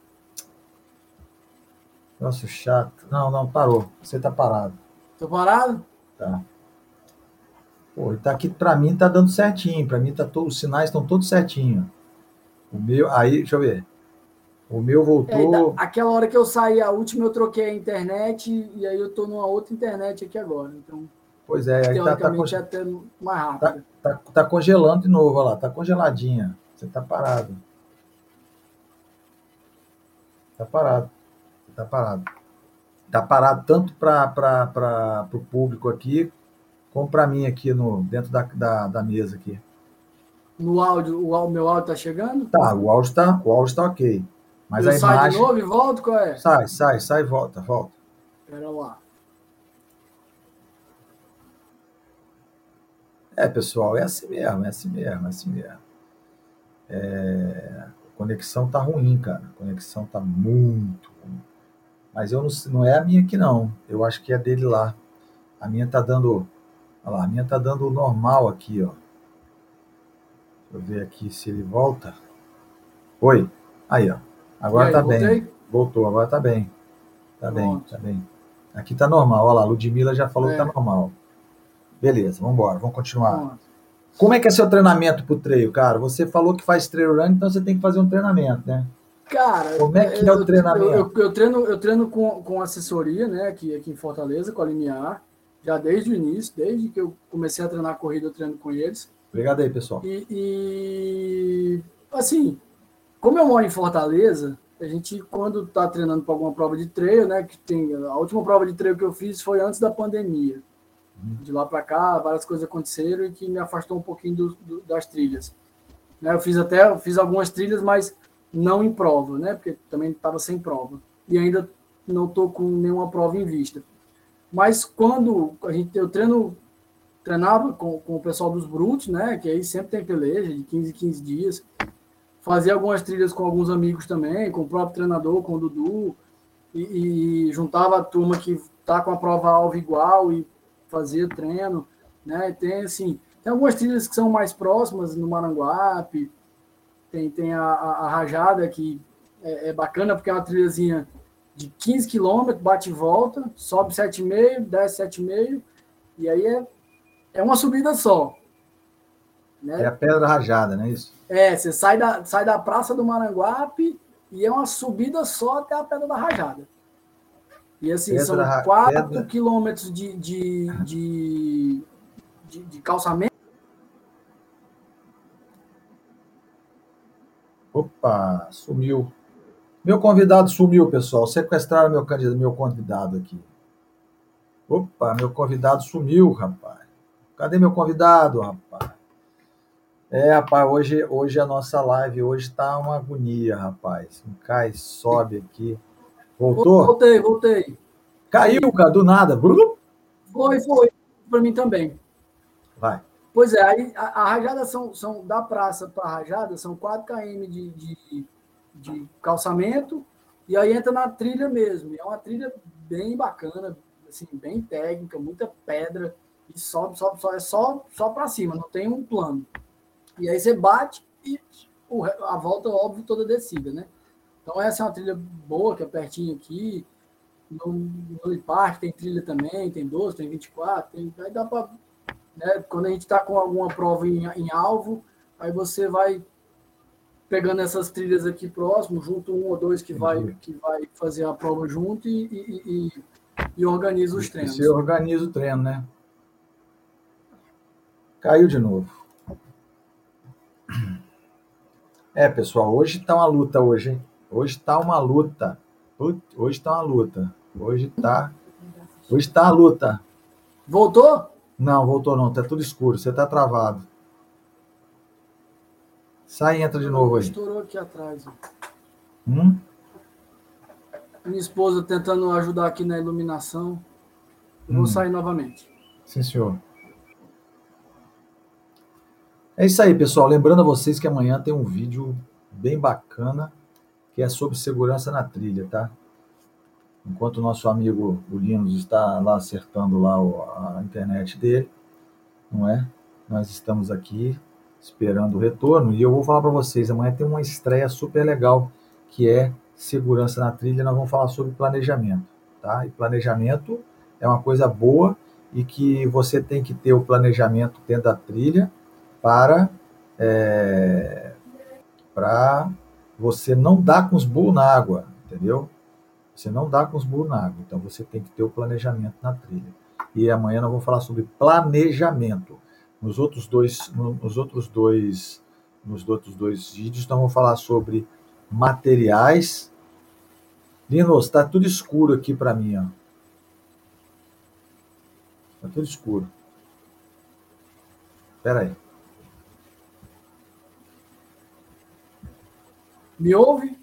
A: Troço chato. Não, parou. Você tá parado.
B: tô parado?
A: Tá. Pô, e tá aqui pra mim tá dando certinho. Pra mim os sinais estão todos certinho. O meu, aí, deixa eu ver. O meu voltou.
B: Aquela hora que eu saí, a última eu troquei a internet e aí eu tô numa outra internet aqui agora. Então,
A: Pois é, aí
B: teoricamente é até mais rápida.
A: tá congelando de novo, olha lá, tá congeladinha. Você tá parado. Tá parado. Tá parado. Tá parado tanto para o público aqui, como para mim aqui dentro da mesa aqui.
B: No áudio, meu áudio tá chegando?
A: Tá, o áudio tá ok. Mas
B: Eu
A: a
B: saio de
A: imagem.
B: novo e volto, qual é?
A: Sai, volta.
B: Pera lá.
A: É, pessoal, é assim mesmo, é assim mesmo, é assim mesmo. A conexão tá ruim, cara. A conexão tá muito ruim. Mas eu não é a minha aqui, não. Eu acho que é dele lá. A minha tá dando. Olha lá, a minha tá dando o normal aqui, ó. Deixa eu ver aqui se ele volta. Oi. Aí, ó.
B: E
A: Agora
B: aí,
A: tá bem.
B: voltei?
A: Voltou, agora tá bem. Tá bem,
B: Pronto.
A: tá bem. Aqui tá normal. Olha lá, a Ludmilla já falou que tá
B: É,
A: normal. Beleza, vamos embora, vamos continuar.
B: pronto.
A: Como é que é seu treinamento pro trail, cara? Você falou que faz trail run, então você tem que fazer um treinamento, né?
B: Cara,
A: Como é que é o treinamento?
B: eu treino com assessoria, né, aqui em Fortaleza, com a Limiar, já desde o início, desde que eu comecei a treinar corrida, eu treino com eles.
A: Obrigado aí, pessoal.
B: Assim, como eu moro em Fortaleza, a gente, quando tá treinando para alguma prova de trail, né, a última prova de trail que eu fiz foi antes da pandemia. De lá para cá, várias coisas aconteceram e que me afastou um pouquinho das trilhas. Né, eu fiz algumas trilhas, mas não em prova, né, porque também estava sem prova. E ainda não estou com nenhuma prova em vista. Mas quando eu treinava com o pessoal dos Brutos, né, que aí sempre tem peleja de 15 em 15 dias, fazia algumas trilhas com alguns amigos também, com o próprio treinador, com o Dudu, e juntava a turma que tá com a prova-alvo igual e fazia treino, né? Tem algumas trilhas que são mais próximas, no Maranguape, tem a Rajada, que é bacana, porque é uma trilhazinha de 15 quilômetros, bate e volta, sobe 7,5, desce 7,5, e aí é uma subida só. Né?
A: É a pedra rajada, não é isso?
B: Você sai da Praça do Maranguape e é uma subida só até a Pedra da Rajada. E assim, são 4 quilômetros de calçamento.
A: Opa, sumiu. Meu convidado sumiu, pessoal. Sequestraram meu convidado aqui. Opa, meu convidado sumiu, rapaz. Cadê meu convidado, rapaz? Rapaz, hoje a nossa live hoje tá uma agonia, rapaz. Cai, sobe aqui. Voltou?
B: Voltei.
A: Caiu, cara, do nada.
B: Foi. Para mim também.
A: Vai.
B: Pois é, aí a rajada são da praça para a rajada, são 4 km de calçamento, e aí entra na trilha mesmo. É uma trilha bem bacana, assim, bem técnica, muita pedra, e sobe, é só para cima, não tem um plano. E aí você bate e a volta, óbvio, toda descida, né? Então essa é uma trilha boa, que é pertinho aqui. No Parque tem trilha também, tem 12, tem 24, aí dá para... Né? Quando a gente está com alguma prova em alvo, aí você vai pegando essas trilhas aqui próximo, junto um ou dois que vai fazer a prova junto e organiza os treinos.
A: Você organiza o treino, né? Caiu de novo. Pessoal, hoje tá uma luta hoje, hein? Hoje tá uma luta. Hoje tá uma luta. Hoje tá a luta.
B: Voltou?
A: Não, voltou não. Tá tudo escuro. Você tá travado. Sai e entra de novo aí.
B: Estourou aqui atrás.
A: Minha
B: esposa tentando ajudar aqui na iluminação. Eu vou sair novamente.
A: Sim, senhor. É isso aí, pessoal. Lembrando a vocês que amanhã tem um vídeo bem bacana que é sobre segurança na trilha, tá? Enquanto o nosso amigo o Linus está lá acertando lá a internet dele, não é? Nós estamos aqui esperando o retorno e eu vou falar para vocês, amanhã tem uma estreia super legal que é segurança na trilha. Nós vamos falar sobre planejamento, tá? E planejamento é uma coisa boa e que você tem que ter o planejamento dentro da trilha para você não dar com os burros na água, entendeu? Você não dá com os burros na água, então você tem que ter o planejamento na trilha. E amanhã nós vamos falar sobre planejamento. Nos outros dois vídeos, nós vamos falar sobre materiais. Linus, está tudo escuro aqui para mim, ó. Está tudo escuro. Espera aí.
B: Me ouve?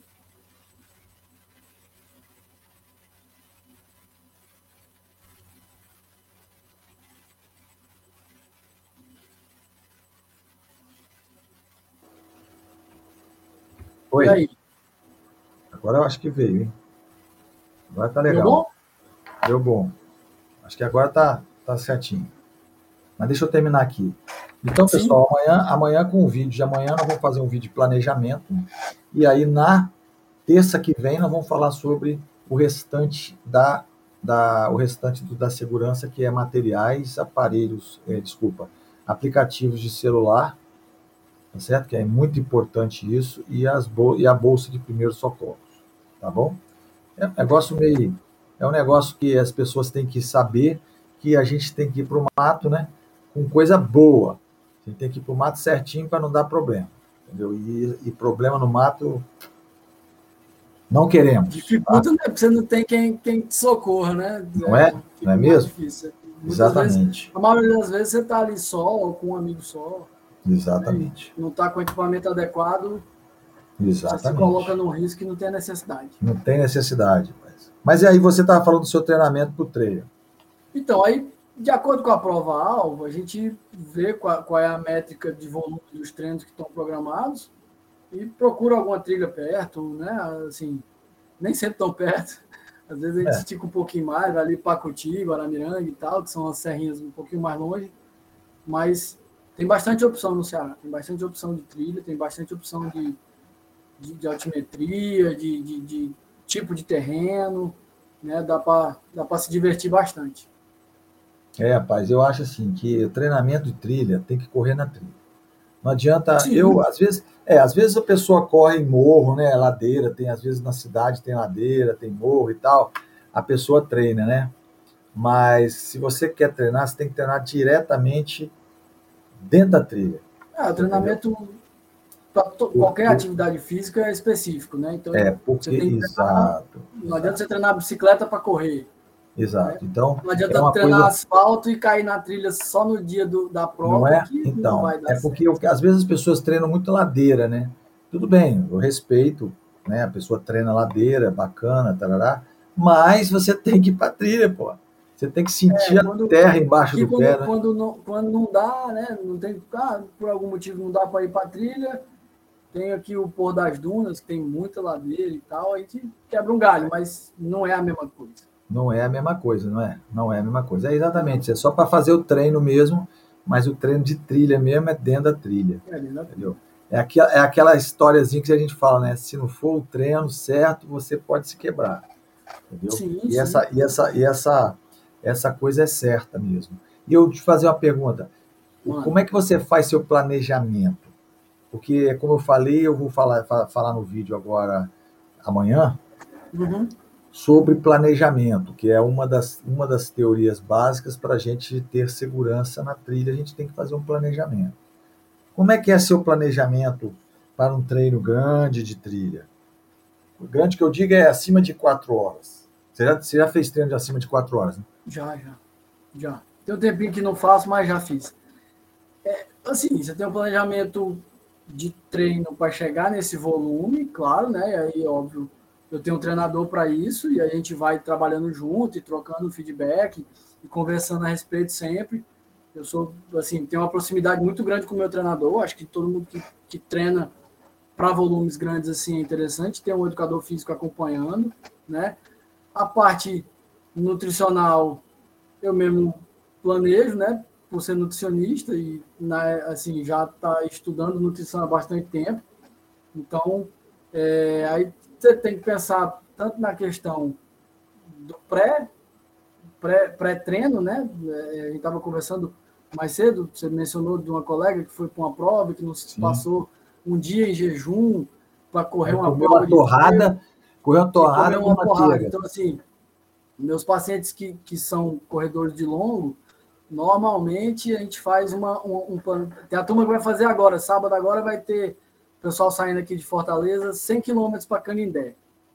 A: Oi.
B: E aí?
A: Agora eu acho que veio, hein? Agora tá legal.
B: Deu bom?
A: Deu bom. Acho que agora tá certinho. Mas deixa eu terminar aqui. Então, pessoal, amanhã com o vídeo de amanhã nós vamos fazer um vídeo de planejamento. E aí, na terça que vem, nós vamos falar sobre o restante da segurança, que é materiais, aplicativos de celular, tá certo? Que é muito importante isso, e a bolsa de primeiros socorros, tá bom? É um negócio que as pessoas têm que saber que a gente tem que ir para o mato, né? Com coisa boa. A gente tem que ir para o mato certinho para não dar problema, entendeu? E problema no mato não queremos, tá?
B: Dificulta, né? Porque você não tem quem te socorra, né?
A: Não é? Não é
B: Fica mais
A: mesmo?
B: difícil. Muitas vezes,
A: Exatamente.
B: a maioria das vezes você está ali só ou com um amigo só, né?
A: Exatamente.
B: Não está com o equipamento adequado, você se coloca
A: Exatamente.
B: num risco que não tem necessidade.
A: Não tem necessidade. Mas e aí você estava falando do seu treinamento para o treino.
B: Então, aí, de acordo com a prova-alvo, a gente vê qual é a métrica de volume dos treinos que estão programados e procura alguma trilha perto, né? Assim, nem sempre tão perto. Às vezes a gente
A: É,
B: estica um pouquinho mais, ali Pacuti, Guaramiranga e tal, que são as serrinhas um pouquinho mais longe, mas tem bastante opção no Ceará, tem bastante opção de trilha, tem bastante opção de altimetria, de tipo de terreno, né? Dá para se divertir bastante.
A: rapaz, eu acho assim que o treinamento de trilha tem que correr na trilha. Não adianta,
B: Sim,
A: às vezes a pessoa corre em morro, né, ladeira, tem às vezes na cidade tem ladeira, tem morro e tal, a pessoa treina, né? Mas se você quer treinar, você tem que treinar diretamente dentro da trilha,
B: o
A: você entendeu?
B: treinamento para qualquer
A: Porque,
B: atividade física é específico, né? Então, você tem que treinar,
A: exato,
B: não adianta
A: exato,
B: você treinar bicicleta para correr, né?
A: exato. Então,
B: Não
A: é
B: adianta
A: uma
B: treinar
A: coisa,
B: asfalto e cair na trilha só no dia da
A: não
B: prova
A: é?
B: que não
A: Então,
B: vai dar
A: é porque
B: certo.
A: às vezes as pessoas treinam muito ladeira, né? Tudo bem, eu respeito, né? A pessoa treina ladeira, bacana, tarará, mas você tem que ir pra trilha, pô. Você tem que sentir a terra embaixo
B: Aqui
A: do pé, né?
B: quando não dá, né? Não tem, por algum motivo não dá para ir para trilha. Tem aqui o Pôr das Dunas, que tem muita ladeira e tal, a gente quebra um galho, mas não é a mesma coisa.
A: Não é a mesma coisa, não é? Não é a mesma coisa. É
B: Não,
A: exatamente, é só para fazer o treino mesmo, mas o treino de trilha mesmo é dentro da trilha,
B: é ali na
A: entendeu?
B: trilha.
A: É aquela historiazinha que a gente fala, né? Se não for o treino certo, você pode se quebrar, entendeu?
B: Sim, sim.
A: Essa coisa é certa mesmo. E eu te fazer uma pergunta:
B: Mano.
A: como é que você faz seu planejamento? Porque, como eu falei, eu vou falar no vídeo agora, amanhã,
B: Uhum.
A: sobre planejamento, que é uma das teorias básicas para a gente ter segurança na trilha, a gente tem que fazer um planejamento. Como é que é seu planejamento para um treino grande de trilha? O grande que eu digo é acima de 4 horas. Você já fez treino de acima de 4 horas, né?
B: Já. Tem um tempinho que não faço, mas já fiz. Assim, você tem um planejamento de treino para chegar nesse volume, claro, né? E aí, óbvio, eu tenho um treinador para isso, e aí a gente vai trabalhando junto e trocando feedback e conversando a respeito sempre. Eu sou, assim, tenho uma proximidade muito grande com o meu treinador. Acho que todo mundo que treina para volumes grandes assim é interessante ter um educador físico acompanhando, né? A parte nutricional eu mesmo planejo, né? Por ser nutricionista e assim já está estudando nutrição há bastante tempo. Então, aí você tem que pensar tanto na questão do pré-treino, né? A gente estava conversando mais cedo, você mencionou de uma colega que foi para uma prova, que nos
A: Sim.
B: passou um dia em jejum para correr
A: Aí
B: uma prova de trail
A: comeu uma
B: e comer
A: torrada com
B: uma porrada.
A: manteiga.
B: Então, assim, meus pacientes que são corredores de longo, normalmente a gente faz um plano. Tem a turma que vai fazer agora, sábado agora vai ter o pessoal saindo aqui de Fortaleza, 100 quilômetros para Canindé.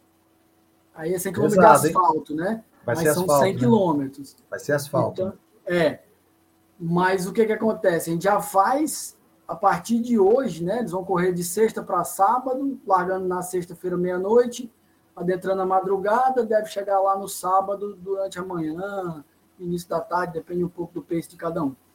B: Aí é 100 quilômetros de
A: Pesado, hein?
B: asfalto, né?
A: Vai
B: Mas
A: ser
B: são 100
A: asfalto, né?
B: quilômetros.
A: Vai ser asfalto, né?
B: Então, mas o que acontece? A gente já faz a partir de hoje, né? Eles vão correr de sexta para sábado, largando na sexta-feira, meia-noite, adentrando a madrugada, deve chegar lá no sábado durante a manhã, início da tarde, depende um pouco do pace de cada um.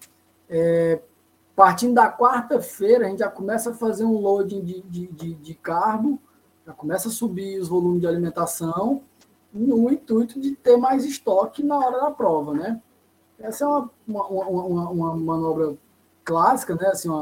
B: Partindo da quarta-feira, a gente já começa a fazer um loading de carbo, já começa a subir os volumes de alimentação, no intuito de ter mais estoque na hora da prova, né? Essa é uma manobra clássica, né? Assim,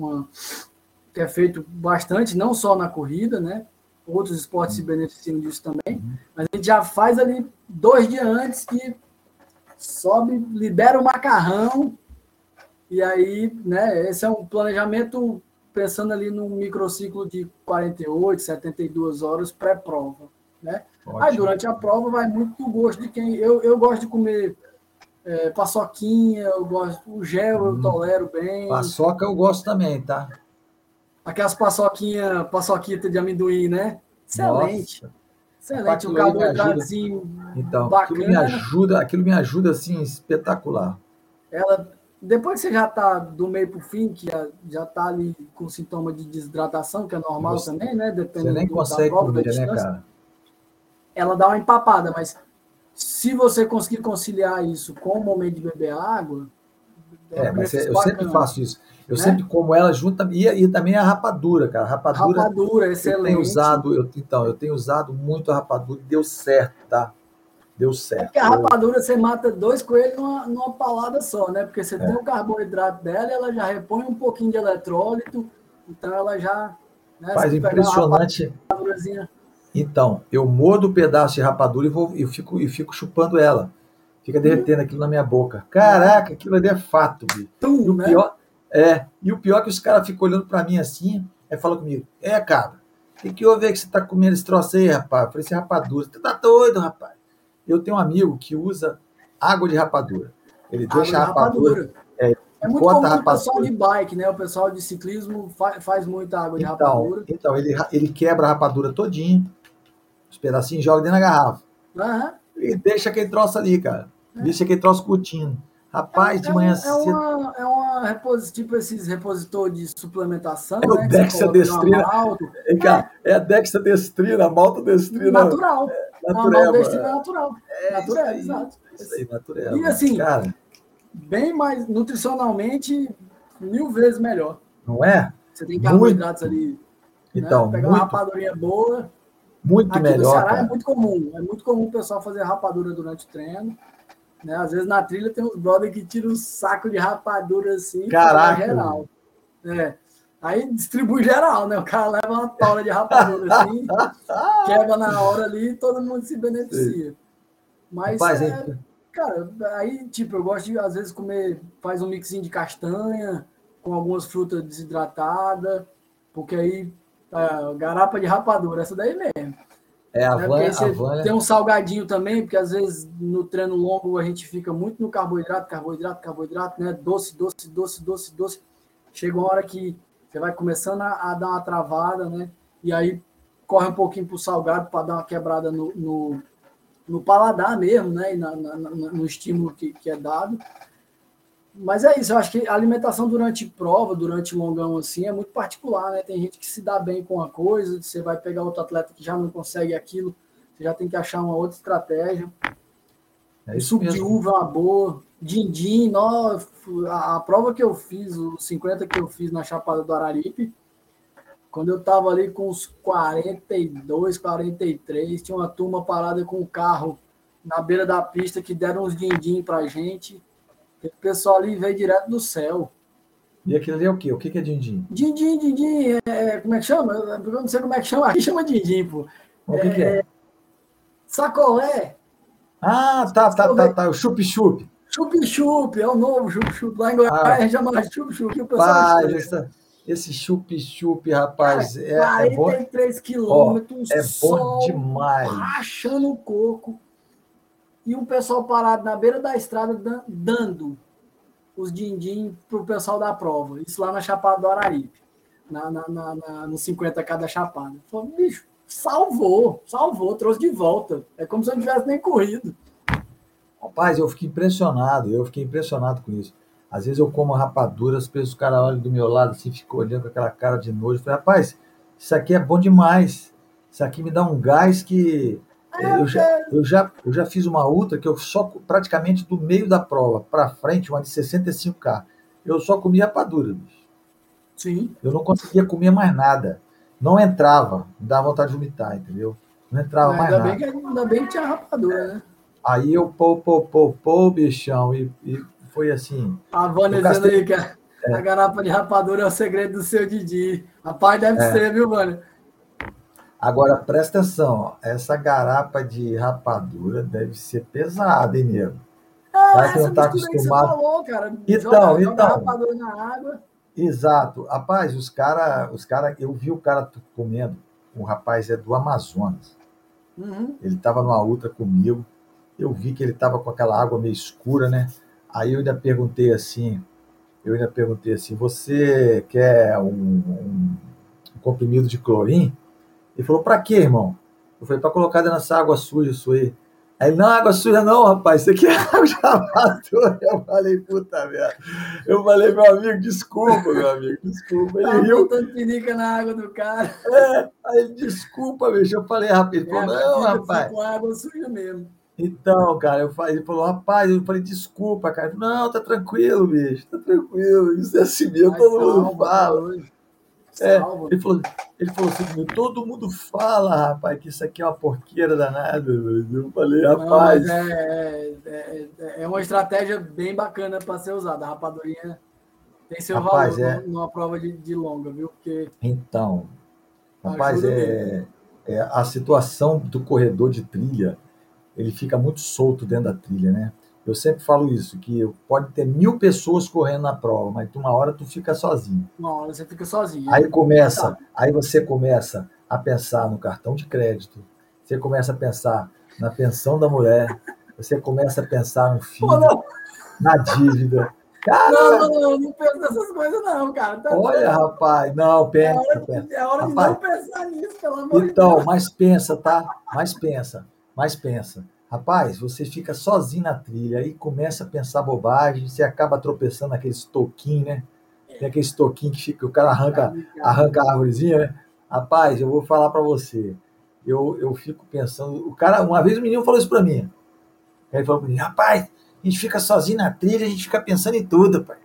B: que é feito bastante, não só na corrida, né? Outros esportes se beneficiam disso também, mas a gente já faz ali 2 dias antes que sobe, libera o macarrão E aí, né, esse é um planejamento pensando ali num microciclo de 48, 72 horas pré-prova, né? Aí
A: Ótimo.
B: durante a prova vai muito do gosto de quem... Eu gosto de comer paçoquinha, eu gosto, o gel eu
A: Hum,
B: tolero bem,
A: paçoca eu gosto também, tá?
B: aquelas paçoquita de amendoim, né? Excelente,
A: Nossa, rapaz,
B: excelente, um
A: aquilo ali me ajuda.
B: carboidratozinho
A: Então,
B: bacana.
A: aquilo me ajuda assim espetacular.
B: Ela, depois que você já está do meio para o fim, que já está ali com sintoma de desidratação, que é
A: E
B: normal também, né?
A: você
B: Dependendo
A: nem
B: da
A: consegue
B: prova, da
A: comer, né,
B: distância,
A: cara?
B: ela dá uma empapada, mas se você conseguir conciliar isso com o momento de beber água, é um benefício
A: Eu sempre
B: bacana,
A: faço isso. Eu sempre
B: né?
A: como ela junto e também a rapadura, cara. A rapadura
B: Rapadura, excelente.
A: eu tenho usado muito a rapadura e deu certo, tá? Deu
B: É porque
A: certo.
B: a rapadura você mata dois coelhos numa palada só, né? Porque você tem
A: É,
B: o carboidrato dela, ela já repõe um pouquinho de eletrólito, então ela já, né? Se
A: faz
B: tu pegar uma
A: impressionante.
B: rapadurazinha,
A: Então, eu mordo o pedaço de rapadura e fico chupando ela. Fica derretendo aquilo na minha boca.
B: ah,
A: Caraca, aquilo ali é fato, bicho. E o
B: né?
A: pior e o pior é que os caras ficam olhando para mim assim, falam comigo: cara, o que houve aí que você tá comendo esse troço aí, rapaz? Eu falei: "Esse é rapadura. Você tá doido, rapaz?" Eu tenho um amigo que usa água de rapadura. Ele
B: Água
A: deixa
B: de
A: a rapadura,
B: rapadura. É muito
A: picota a
B: comum o pessoal
A: rapadura.
B: de bike, né? O pessoal de ciclismo faz muita água de
A: Então,
B: rapadura.
A: ele quebra a rapadura todinho, os pedacinhos, joga dentro da garrafa.
B: Aham.
A: E deixa aquele troço ali, cara. Deixa aquele troço curtindo. Rapaz, de manhã cedo.
B: Tipo esses repositor de suplementação,
A: É o
B: né? Que você coloca ali uma
A: dexadestrina.
B: malto.
A: Cara, é a dexadestrina, a maltodestrina
B: Natural. Uma maltodextrina
A: natureba.
B: natural.
A: É isso
B: Natureba,
A: aí.
B: exato.
A: É isso aí,
B: E
A: natureba.
B: assim,
A: Cara,
B: bem mais nutricionalmente, 1000 vezes melhor.
A: não é?
B: Você tem carboidratos
A: Muito.
B: ali, né?
A: Então,
B: Pegar uma rapadurinha boa.
A: muito
B: Aqui no
A: melhor,
B: Ceará é
A: cara.
B: muito comum. É muito comum o pessoal fazer rapadura durante o treino. Né? Às vezes na trilha tem uns brother que tiram um saco de rapadura assim e faz a
A: Caraca, velho.
B: geral. É. Aí distribui geral, né? O cara leva uma tora de rapadura assim, quebra na hora ali e todo mundo se
A: Sei.
B: beneficia. Mas,
A: Rapaz,
B: cara, aí, tipo, eu gosto de, às vezes, comer, faz um mixinho de castanha com algumas frutas desidratadas, porque aí, garapa de rapadura, essa daí mesmo. Né? Porque aí
A: a
B: você tem
A: Vânia.
B: um salgadinho também, porque às vezes no treino longo a gente fica muito no carboidrato, né? Doce, doce, doce, doce, doce. Chega uma hora que você vai começando a dar uma travada, né? E aí corre um pouquinho pro salgado para dar uma quebrada no paladar mesmo, né? E no estímulo que é dado. Mas é isso, eu acho que a alimentação durante prova, durante longão assim, é muito particular, né? Tem gente que se dá bem com uma coisa, você vai pegar outro atleta que já não consegue aquilo, você já tem que achar uma outra estratégia.
A: É
B: O
A: isso
B: suco de
A: mesmo.
B: uva é uma boa. Din-din, a prova que eu fiz, os 50 que eu fiz na Chapada do Araripe, quando eu tava ali com uns 42, 43, tinha uma turma parada com o carro na beira da pista que deram uns din-din pra gente. O pessoal ali veio direto do céu.
A: E aquilo ali é o quê? O que é din-din?
B: Din-din, din-din, como é que chama? Eu não sei como é que chama. Aqui chama din-din, pô.
A: O que é?
B: Sacolé,
A: Ah, tá. O chup-chup.
B: chup-chup, é o novo chup-chup. Lá em Goiás a
A: Ah,
B: gente chama de chup-chup, que o pessoal
A: paz,
B: estranha.
A: esse chup-chup,
B: Cara,
A: rapaz, é bom.
B: 43
A: Ó,
B: quilômetros,
A: é bom
B: sol
A: demais.
B: rachando o coco e o pessoal parado na beira da estrada dando os din-din pro pessoal da prova. Isso lá na Chapada do Araripe, no 50K da Chapada. Falei, bicho, salvou, trouxe de volta. É como se eu não tivesse nem corrido.
A: Rapaz, eu fiquei impressionado com isso. Às vezes eu como rapadura, as pessoas, os caras olham do meu lado assim, ficam olhando com aquela cara de nojo. Eu falei, rapaz, isso aqui é bom demais. Isso aqui me dá um gás que eu já fiz uma ultra que eu só praticamente do meio da prova para frente, uma de 65K, eu só comia rapadura, bicho.
B: Sim.
A: Eu não conseguia comer mais nada. Não entrava, me dava vontade de vomitar, entendeu? Não entrava mais nada.
B: Ainda bem que tinha rapadura, né?
A: Aí eu bichão, e foi assim.
B: A
A: Eu
B: Vânia dizendo
A: gastei.
B: aí que a garapa de rapadura é o segredo do seu Didi. Rapaz, deve ser, viu, Vânia?
A: Agora presta atenção, ó, essa garapa de rapadura deve ser pesada, hein, nego?
B: Não,
A: cara que não
B: essa
A: está
B: mistura aí que você
A: acostumado.
B: falou, cara. Joga
A: Então,
B: rapadura na água.
A: exato. Rapaz, eu vi o cara comendo, o rapaz é do Amazonas.
B: Uhum.
A: Ele estava numa outra comigo, eu vi que ele estava com aquela água meio escura, né? Aí eu ainda perguntei assim, você quer um comprimido de clorim? Ele falou, pra quê, irmão? Eu falei, pra colocar dentro dessa água suja, isso aí. Aí ele, não, água suja não, rapaz, isso aqui é água de lavatória. Eu falei, puta merda. Eu falei, meu amigo, desculpa, meu amigo, desculpa. Ele
B: Tava
A: riu.
B: botando pinica na água do cara.
A: Aí ele, desculpa, bicho. Eu falei, rapaz, ele falou,
B: É, mas
A: não, rapaz.
B: fica água suja mesmo.
A: Então, cara, ele falou, rapaz, eu falei, desculpa, cara. Ele falou, não, tá tranquilo, bicho, tá tranquilo. Isso é assim mesmo,
B: Mas
A: todo mundo
B: salva, tá
A: fala.
B: doido.
A: É,
B: Salva.
A: ele falou assim comigo, todo mundo fala, rapaz, que isso aqui é uma porqueira danada. Eu falei,
B: Não, mas
A: rapaz,
B: é uma estratégia bem bacana para ser usada. A rapadurinha tem seu
A: rapaz,
B: valor numa prova de longa, viu? Porque
A: então, rapaz,
B: ajuda mesmo.
A: a situação do corredor de trilha, ele fica muito solto dentro da trilha, né? Eu sempre falo isso, que pode ter 1.000 pessoas correndo na prova, mas uma hora tu fica sozinho.
B: Uma hora você fica sozinho.
A: Aí começa,
B: Tá.
A: aí você começa a pensar no cartão de crédito, você começa a pensar na pensão da mulher, você começa a pensar no
B: Pô,
A: filho,
B: não,
A: na dívida.
B: não,
A: Cara,
B: não, não penso nessas coisas, não, cara. Tá
A: olha,
B: doido.
A: rapaz, não, pensa, pensa.
B: É hora de não
A: Rapaz,
B: pensar nisso, pelo amor de
A: então,
B: Deus.
A: mas pensa, tá? Mas pensa. Rapaz, você fica sozinho na trilha e começa a pensar bobagem, você acaba tropeçando naqueles toquinhos, né? Tem aquele toquinho que fica, o cara
B: Tá
A: arranca
B: ligado.
A: a árvorezinha, né? Rapaz, eu vou falar para você. Eu fico pensando. O cara, uma vez o menino falou isso para mim. Ele falou para mim, rapaz, a gente fica sozinho na trilha, a gente fica pensando em tudo, pai.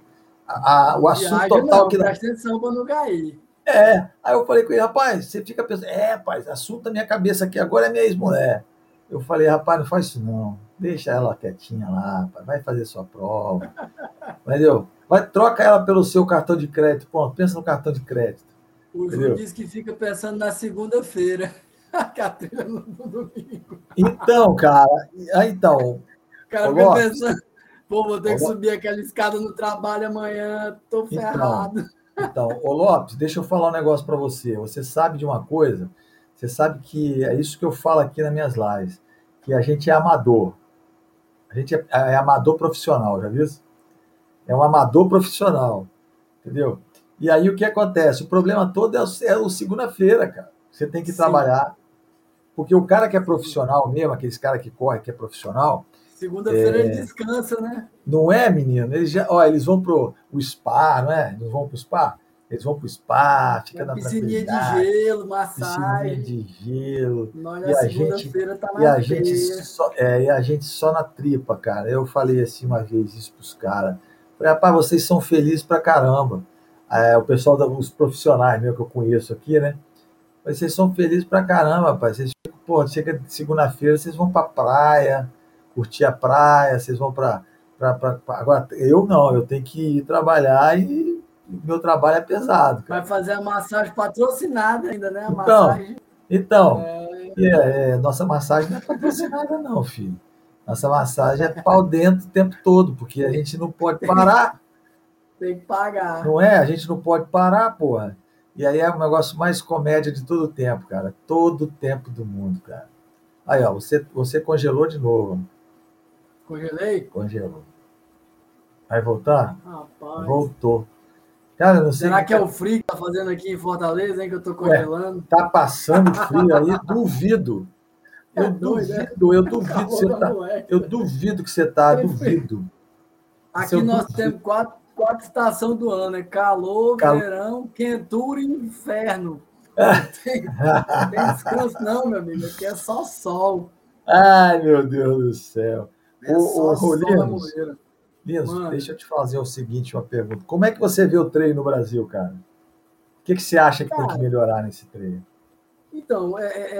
A: O
B: Não
A: assunto
B: viaja,
A: total
B: não.
A: que
B: Presta atenção para não cair.
A: Aí eu falei com ele, rapaz, você fica pensando, rapaz, assunto da minha cabeça aqui agora é minha ex-mulher. Eu falei, rapaz, não faz isso não. Deixa ela quietinha lá, rapaz, vai fazer sua prova. Entendeu? Troca ela pelo seu cartão de crédito. Pronto, pensa no cartão de crédito.
B: O Ju
A: Entendeu?
B: disse que fica pensando na segunda-feira. Que a trilha no domingo.
A: Então, cara, então,
B: O
A: ô
B: cara fica
A: Lopes,
B: pensando, pô, vou ter
A: ô
B: que
A: Lo-
B: subir aquela escada no trabalho amanhã, tô
A: então,
B: ferrado.
A: ô Lopes, deixa eu falar um negócio para você. Você sabe de uma coisa? Você sabe que é isso que eu falo aqui nas minhas lives, que a gente é amador. A gente é amador profissional, já viu isso? É um amador profissional, entendeu? E aí o que acontece? O problema todo é o segunda-feira, cara. Você tem que
B: Sim,
A: trabalhar, porque o cara que é
B: sim.
A: profissional mesmo, aqueles cara que corre, que é profissional,
B: Segunda-feira ele descansa, né?
A: não é, menino? Eles vão pro o spa, não é? Eles vão pro spa? Eles vão pro spa, fica
B: Uma
A: na
B: piscininha de
A: tranquilidade,
B: gelo,
A: piscininha
B: massagem.
A: de gelo,
B: Nós
A: e
B: na
A: a gente
B: segunda-feira tá
A: e
B: na
A: a gente
B: veia.
A: só e a gente só na tripa, cara. Eu falei assim uma vez isso pros caras. Falei, rapaz, vocês são felizes pra caramba. O pessoal os profissionais mesmo que eu conheço aqui, né? Mas vocês são felizes pra caramba, rapaz. Vocês ficam, pô, chega de segunda-feira, vocês vão pra praia, curtir a praia, vocês vão agora, eu não, eu tenho que ir trabalhar e meu trabalho é pesado,
B: Vai
A: cara.
B: fazer a massagem patrocinada ainda, né? A
A: Então,
B: massagem.
A: então, nossa massagem não é patrocinada, não, filho. Nossa massagem é pau dentro o tempo todo, porque a gente não pode parar,
B: Tem que pagar.
A: não é? A gente não pode parar, porra. E aí é o negócio mais comédia de todo o tempo, cara. Todo o tempo do mundo, cara. Aí, ó, você congelou de novo.
B: Congelei?
A: Congelou. Vai voltar?
B: Rapaz.
A: Voltou. Cara, eu não sei o
B: Será
A: que
B: que
A: que
B: é
A: é.
B: o frio que tá fazendo aqui em Fortaleza, hein? Que eu tô
A: Ué,
B: congelando?
A: tá passando frio aí? Duvido.
B: É doido, é?
A: Eu
B: O
A: duvido que
B: calor
A: você
B: da
A: tá. Eu
B: moleque.
A: duvido que você tá, duvido. Isso
B: Aqui
A: eu
B: nós
A: duvido.
B: temos quatro estações do ano, é calor,
A: Calor.
B: verão, quentura e inferno. Não tem descanso, não, meu amigo. Aqui é só sol.
A: Ai, meu Deus do céu.
B: É só
A: Ô,
B: sol na
A: Linus,
B: moleira.
A: Linus, deixa
B: Manda.
A: eu te fazer o seguinte, uma pergunta. Como é que você vê o treino no Brasil, cara? O que você acha que tem que
B: Cara,
A: melhorar nesse treino?
B: então,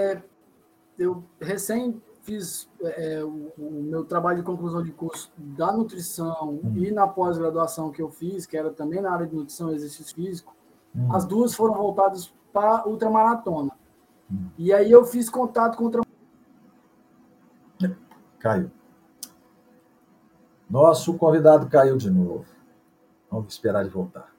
B: eu recém fiz o meu trabalho de conclusão de curso da nutrição
A: Hum,
B: e na pós-graduação que eu fiz, que era também na área de nutrição e exercício físico, as
A: hum,
B: duas foram voltadas para ultramaratona.
A: hum.
B: E aí eu fiz contato com
A: Caiu. Nosso convidado caiu de novo. Vamos esperar ele voltar.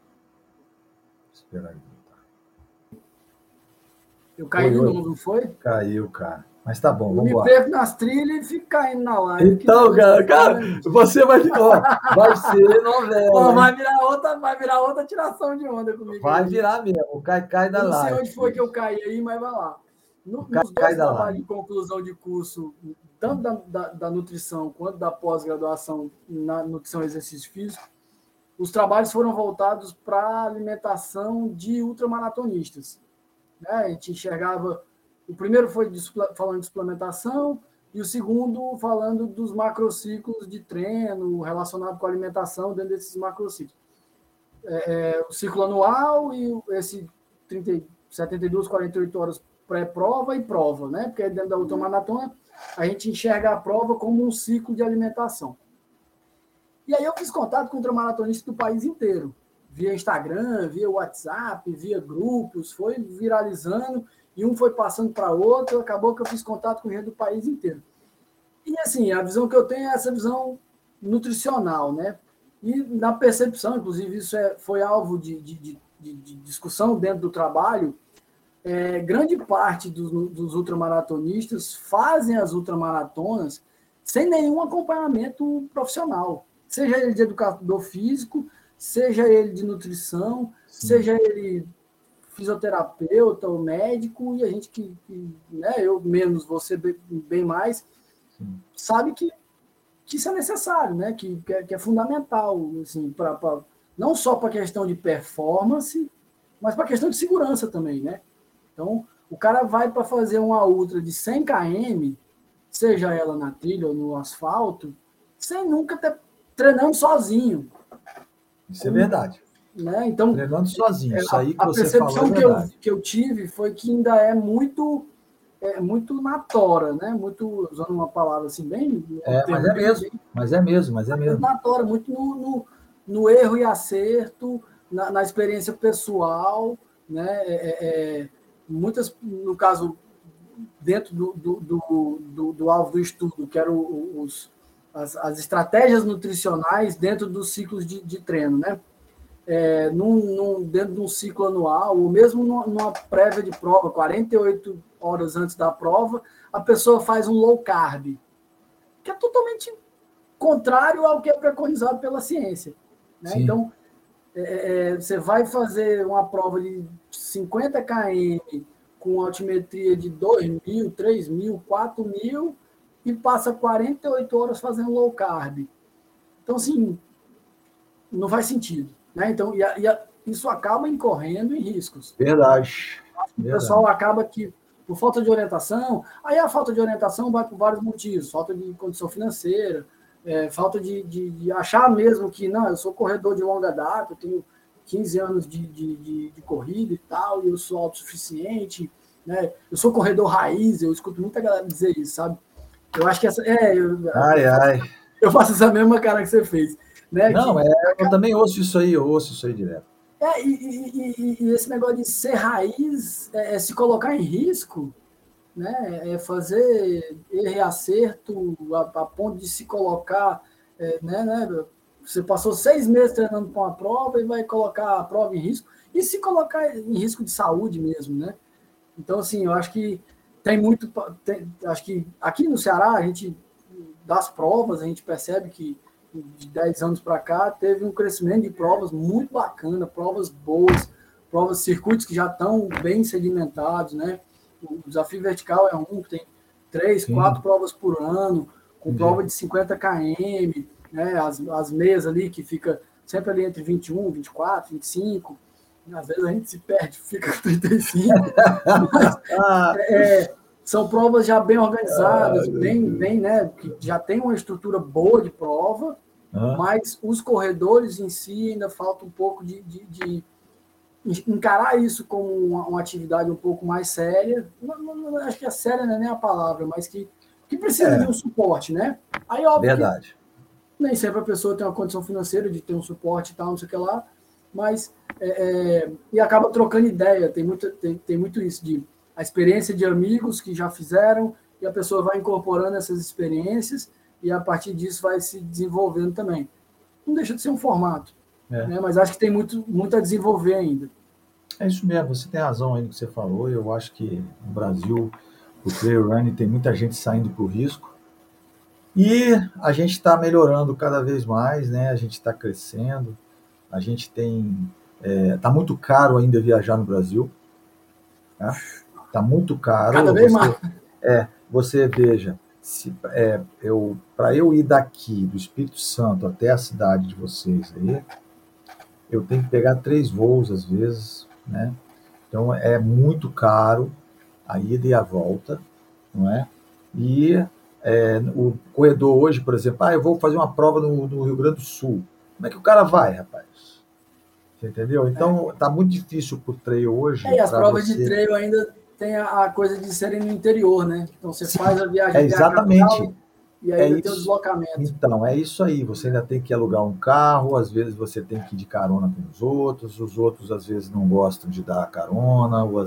B: Eu caí de novo, não foi?
A: Caiu, cara. Mas tá bom,
B: eu
A: vamos
B: me
A: embora.
B: perco nas trilhas e fico caindo na live.
A: Então, cara, você vai ser novela.
B: Ó, vai virar outra tiração de onda comigo.
A: Vai virar mesmo, o cai da live.
B: Eu não sei onde foi que eu caí aí, mas vai lá. Nos dois trabalhos de conclusão de curso, tanto da nutrição quanto da pós-graduação na nutrição e exercício físico, os trabalhos foram voltados para a alimentação de ultramaratonistas. Né? A gente enxergava... O primeiro foi falando de suplementação e o segundo falando dos macrociclos de treino relacionado com a alimentação dentro desses macrociclos. O ciclo anual e esse 72, 48 horas pré-prova e prova, né? Porque dentro da ultramaratona a gente enxerga a prova como um ciclo de alimentação. E aí eu fiz contato com ultramaratonistas do país inteiro, via Instagram, via WhatsApp, via grupos, foi viralizando e um foi passando para outro, acabou que eu fiz contato com gente do país inteiro. E assim, a visão que eu tenho é essa visão nutricional, né? E na percepção, inclusive isso foi alvo de discussão dentro do trabalho, grande parte dos ultramaratonistas fazem as ultramaratonas sem nenhum acompanhamento profissional, seja ele de educador físico, seja ele de nutrição, seja ele fisioterapeuta ou médico, e a gente né, eu menos, você bem mais, sabe que isso é necessário, né? que é fundamental, assim, não só para a questão de performance, mas para a questão de segurança também, né? Então, o cara vai para fazer uma ultra de 100 km, seja ela na trilha ou no asfalto, sem nunca ter treinando sozinho.
A: Isso é verdade.
B: Né? Então,
A: treinando sozinho. Isso aí que
B: a
A: você
B: percepção
A: falou
B: que eu tive foi que ainda é muito na tora, né? Muito, usando uma palavra assim bem...
A: Mas é mesmo.
B: Na tora, muito no erro e acerto, na experiência pessoal, né? Muitas, no caso, dentro do alvo do estudo, que eram as estratégias nutricionais dentro dos ciclos de treino, né? Dentro de um ciclo anual, ou mesmo numa prévia de prova, 48 horas antes da prova, a pessoa faz um low carb, que é totalmente contrário ao que é preconizado pela ciência. Né? Então, você vai fazer uma prova de 50 km com altimetria de 2.000, 3.000, 4.000 e passa 48 horas fazendo low carb. Então, assim, não faz sentido. Né? Então, isso acaba incorrendo em riscos.
A: Verdade.
B: O pessoal acaba que, por falta de orientação, aí a falta de orientação vai por vários motivos, falta de condição financeira, falta de achar mesmo que, não, eu sou corredor de longa data, eu tenho 15 anos de corrida e tal, e eu sou autossuficiente, né? Eu sou corredor raiz, eu escuto muita galera dizer isso, sabe? Eu acho que essa... Eu faço essa mesma cara que você fez. Né?
A: Não, eu também ouço isso aí direto.
B: E esse negócio de ser raiz se colocar em risco, né? Fazer erro e acerto a ponto de se colocar, né? Você passou 6 meses treinando para uma prova e vai colocar a prova em risco, e se colocar em risco de saúde mesmo, né? Então, assim, eu acho que tem muito... acho que aqui no Ceará, a gente, das provas, a gente percebe que de 10 anos para cá, teve um crescimento de provas muito bacana, provas boas, circuitos que já estão bem sedimentados, né? O desafio vertical é um que tem 3, 4 provas por ano, com prova de 50 km, né? As meias ali que fica sempre ali entre 21, 24, 25, às vezes a gente se perde, fica 35, mas, são provas já bem organizadas, bem, né, que já tem uma estrutura boa de prova, mas os corredores em si ainda falta um pouco de encarar isso como uma atividade um pouco mais séria. Não, acho que a séria não é nem a palavra, mas que precisa de um suporte, né? Aí, óbvio,
A: verdade.
B: Que nem sempre a pessoa tem uma condição financeira de ter um suporte e tal, não sei o que lá, mas e acaba trocando ideia. Tem muito isso de a experiência de amigos que já fizeram, e a pessoa vai incorporando essas experiências, e a partir disso vai se desenvolvendo também. Não deixa de ser um formato,
A: É.
B: né? Mas acho que tem muito a desenvolver ainda.
A: É isso mesmo, você tem razão aí no que você falou. Eu acho que no Brasil o trail running tem muita gente saindo para o risco. E a gente está melhorando cada vez mais, né? A gente está crescendo. A gente tem. Tá muito caro ainda viajar no Brasil. Tá? Tá muito
B: Cada
A: caro.
B: vez mais.
A: Você veja, para eu ir daqui do Espírito Santo até a cidade de vocês aí, eu tenho que pegar 3 voos às vezes, né? Então é muito caro a ida e a volta, não é? E o corredor hoje, por exemplo, eu vou fazer uma prova no Rio Grande do Sul. Como é que o cara vai, rapaz? Você entendeu? Então tá muito difícil pro trail hoje
B: E as
A: para
B: provas de
A: você.
B: treino ainda tem a coisa de serem no interior, né? Então você faz a viagem
A: É
B: até a
A: exatamente.
B: capital e
A: É
B: ainda tem o
A: isso.
B: deslocamento.
A: Então, é isso aí. Você ainda tem que alugar um carro, às vezes você tem que ir de carona com os outros às vezes não gostam de dar carona, ou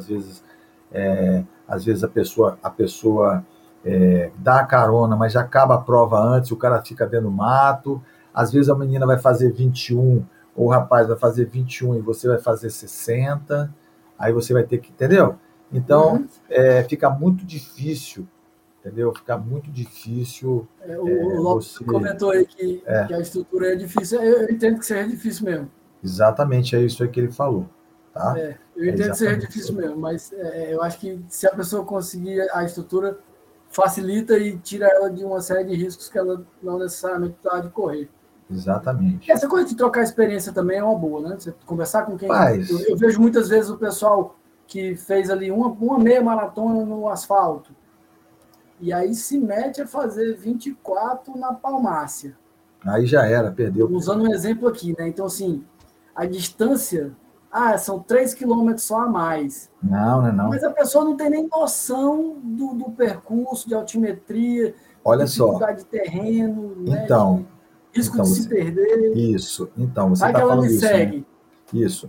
A: às vezes a pessoa dá a carona, mas já acaba a prova antes, o cara fica dentro do mato. Às vezes a menina vai fazer 21, ou o rapaz vai fazer 21 e você vai fazer 60. Aí você vai ter que, entendeu? Então,
B: Uhum.
A: fica muito difícil, entendeu? Fica muito difícil
B: O Lopes
A: você.
B: comentou aí que a estrutura é difícil. Eu entendo que seja difícil mesmo.
A: Exatamente, é isso aí que ele falou, tá?
B: Eu
A: É
B: entendo que seja
A: exatamente isso
B: difícil
A: aí.
B: mesmo, mas eu acho que se a pessoa conseguir a estrutura, facilita e tira ela de uma série de riscos que ela não necessariamente está de correr. E
A: Exatamente.
B: essa coisa de trocar experiência também é uma boa, né? Você conversar com quem.
A: Paz,
B: Eu vejo muitas vezes o pessoal que fez ali uma meia maratona no asfalto, e aí se mete a fazer 24 na Palmácia.
A: aí já era, perdeu.
B: Usando um exemplo aqui, né? Então, assim, a distância, são 3 quilômetros só a mais.
A: Não, não,
B: Mas
A: não.
B: a pessoa não tem nem noção do percurso, de altimetria, de
A: Olha só.
B: dificuldade de terreno, né?
A: Então,
B: De risco
A: então
B: de se
A: você.
B: perder.
A: Isso. Então, você
B: Vai que
A: está
B: ela me
A: falando isso, né?
B: segue.
A: Isso.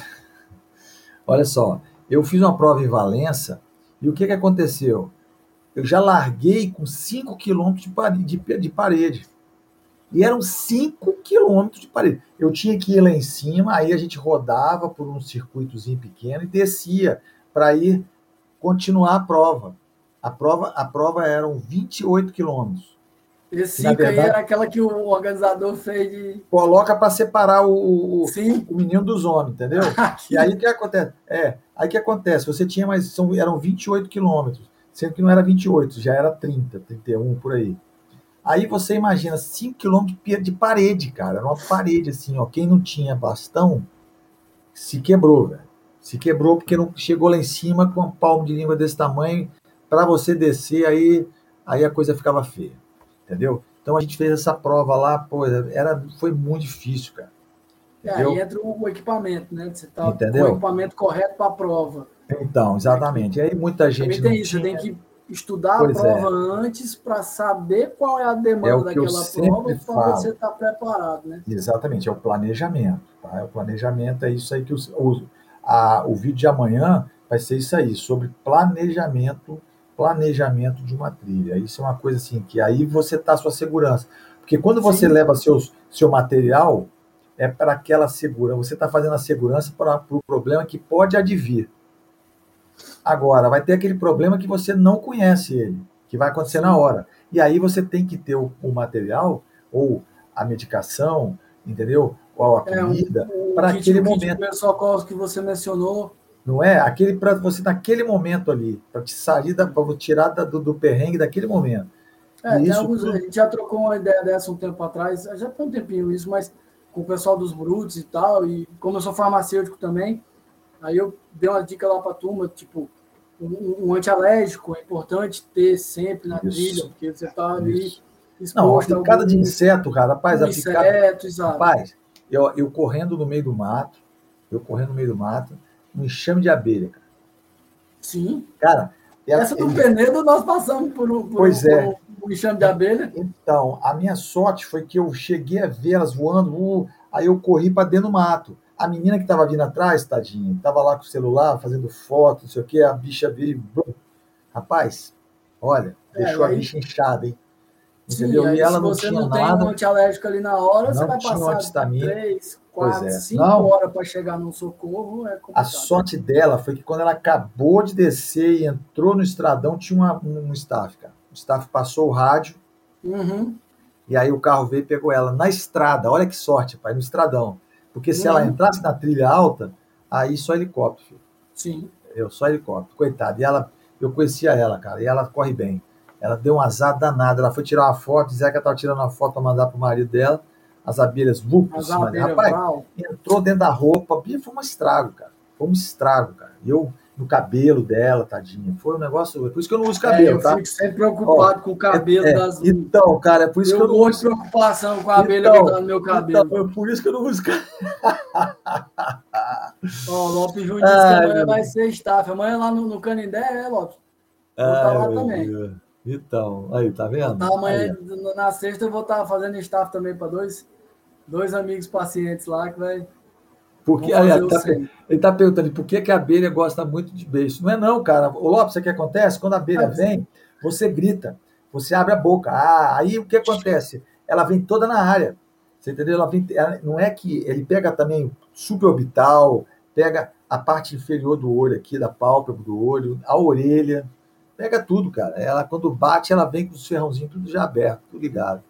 A: Olha só. Eu fiz uma prova em Valença e o que que aconteceu? Eu já larguei com 5 quilômetros de parede. E eram 5 quilômetros de parede. Eu tinha que ir lá em cima, aí a gente rodava por um circuitozinho pequeno e descia para ir continuar a prova. A prova eram 28 quilômetros.
B: Esse
A: Que na
B: 5 aí
A: verdade
B: era aquela que o organizador fez de.
A: coloca para separar o
B: Sim,
A: menino dos homens, entendeu? E aí o
B: aqui.
A: que acontece? Aí que acontece? Você tinha mais. Eram 28 quilômetros, sendo que não era 28, já era 30, 31 por aí. Aí você imagina 5 quilômetros de parede, cara. Era uma parede assim, ó. Quem não tinha bastão se quebrou, velho. Se quebrou porque não chegou lá em cima com um palmo de língua desse tamanho. Para você descer, aí a coisa ficava feia. Entendeu? Então a gente fez essa prova lá, pô, foi muito difícil, cara.
B: Aí
A: Entendeu?
B: entra o equipamento, né? Você tá com o
A: Entendeu?
B: equipamento correto para a prova.
A: Então,
B: Né? Que
A: exatamente. Aí muita
B: também
A: gente não
B: tem isso, você tem
A: tinha.
B: que estudar a
A: Pois
B: prova
A: é,
B: antes para saber qual é a
A: é
B: demanda
A: o que eu
B: daquela prova
A: sempre
B: para você
A: falo.
B: estar preparado, né?
A: Exatamente, é o planejamento. Tá? É o planejamento, é isso aí que o vídeo de amanhã vai ser isso aí, sobre planejamento de uma trilha. Isso é uma coisa assim, que aí você está a sua segurança. Porque quando você
B: Sim,
A: leva seu material, é para aquela segurança, você está fazendo a segurança para o problema que pode advir. Agora, vai ter aquele problema que você não conhece ele, que vai acontecer na
B: sim.
A: hora. E aí você tem que ter o material, ou a medicação, entendeu? Ou a comida,
B: O
A: para
B: kit,
A: aquele
B: o kit de
A: momento.
B: primeiros socorros que você mencionou.
A: Não é? Aquele para você naquele momento ali, para te sair, para tirar do perrengue daquele momento. E
B: Tem
A: isso
B: alguns. A
A: tudo.
B: gente já trocou uma ideia dessa um tempo atrás, já tem um tempinho isso, mas com o pessoal dos Brutos e tal, e como eu sou farmacêutico também, aí eu dei uma dica lá para a turma, tipo, um antialérgico é importante ter sempre na trilha,
A: Isso,
B: porque você está ali
A: isso. Não, uma
B: exposto a
A: picada de
B: algum
A: inseto, cara, rapaz,
B: um
A: a picada.
B: inseto, exato.
A: Rapaz, eu correndo no meio do mato, um enxame de abelha, cara.
B: Sim.
A: Cara,
B: Essa do Penedo nós passamos por um, por um,
A: pois
B: por
A: é.
B: um, um enxame de abelha.
A: Então, a minha sorte foi que eu cheguei a ver elas voando, aí eu corri para dentro do mato. A menina que estava vindo atrás, tadinha, estava lá com o celular, fazendo foto, não sei o que, a bicha veio. Rapaz, olha,
B: E
A: deixou a
B: aí
A: bicha inchada, hein? entendeu?
B: Sim,
A: E
B: aí se
A: ela não
B: você
A: tinha
B: não tem um
A: nada,
B: antialérgico ali na hora, você
A: não
B: vai
A: tinha um
B: passar
A: anti-histamínico.
B: 3,
A: Pois
B: 4,
A: é.
B: 5
A: Não,
B: horas para chegar num socorro, é
A: a
B: complicado.
A: sorte dela foi que quando ela acabou de descer e entrou no estradão, tinha um staff, cara. O staff passou o rádio,
B: Uhum,
A: e aí o carro veio e pegou ela na estrada. Olha que sorte, pai, no estradão. Porque se ela
B: uhum,
A: entrasse na trilha alta, aí só helicóptero, filho.
B: sim.
A: Só helicóptero. Coitada. E ela, eu conhecia ela, cara, e ela corre bem. Ela deu um azar danado. Ela foi tirar uma foto, dizer que ela estava tirando uma foto para mandar pro marido dela. As abelhas, por
B: As
A: cima dela.
B: abelhas
A: Rapaz,
B: Vral.
A: entrou dentro da roupa. E foi um estrago, cara. Foi um estrago, cara. E eu, no cabelo dela, tadinha. Foi um negócio. Por isso que eu não uso
B: É, eu
A: cabelo, tá?
B: fico sempre
A: Ó,
B: preocupado com o cabelo das.
A: então, cara, é por isso que
B: Eu
A: eu não
B: morro de
A: uso.
B: preocupação com a abelha que tá
A: Então,
B: no meu cabelo.
A: por isso que eu não uso cabelo.
B: Ó, o Lopes Júnior disse que
A: Ai,
B: amanhã
A: meu
B: vai
A: Deus.
B: ser staff. Amanhã lá no Canindé, Lopes? Vou estar
A: Ai,
B: lá
A: meu
B: também.
A: Deus. Então, aí, tá
B: Vou estar
A: vendo? Aí,
B: amanhã,
A: ó.
B: na sexta, eu vou estar fazendo staff também para dois amigos pacientes lá que vão
A: Porque, aí,
B: fazer o 100.
A: ele tá perguntando por que, que a abelha gosta muito de beijo. Não é não, cara. Ô, Lopes, sabe o que acontece? Quando a abelha vem, você grita, você abre a boca. Ah, aí o que acontece? Ela vem toda na área. Você entendeu? Não é que ele pega também suborbital, pega a parte inferior do olho aqui, da pálpebra do olho, a orelha, pega tudo, cara. Ela, quando bate, ela vem com os ferrãozinhos tudo já aberto, tudo ligado.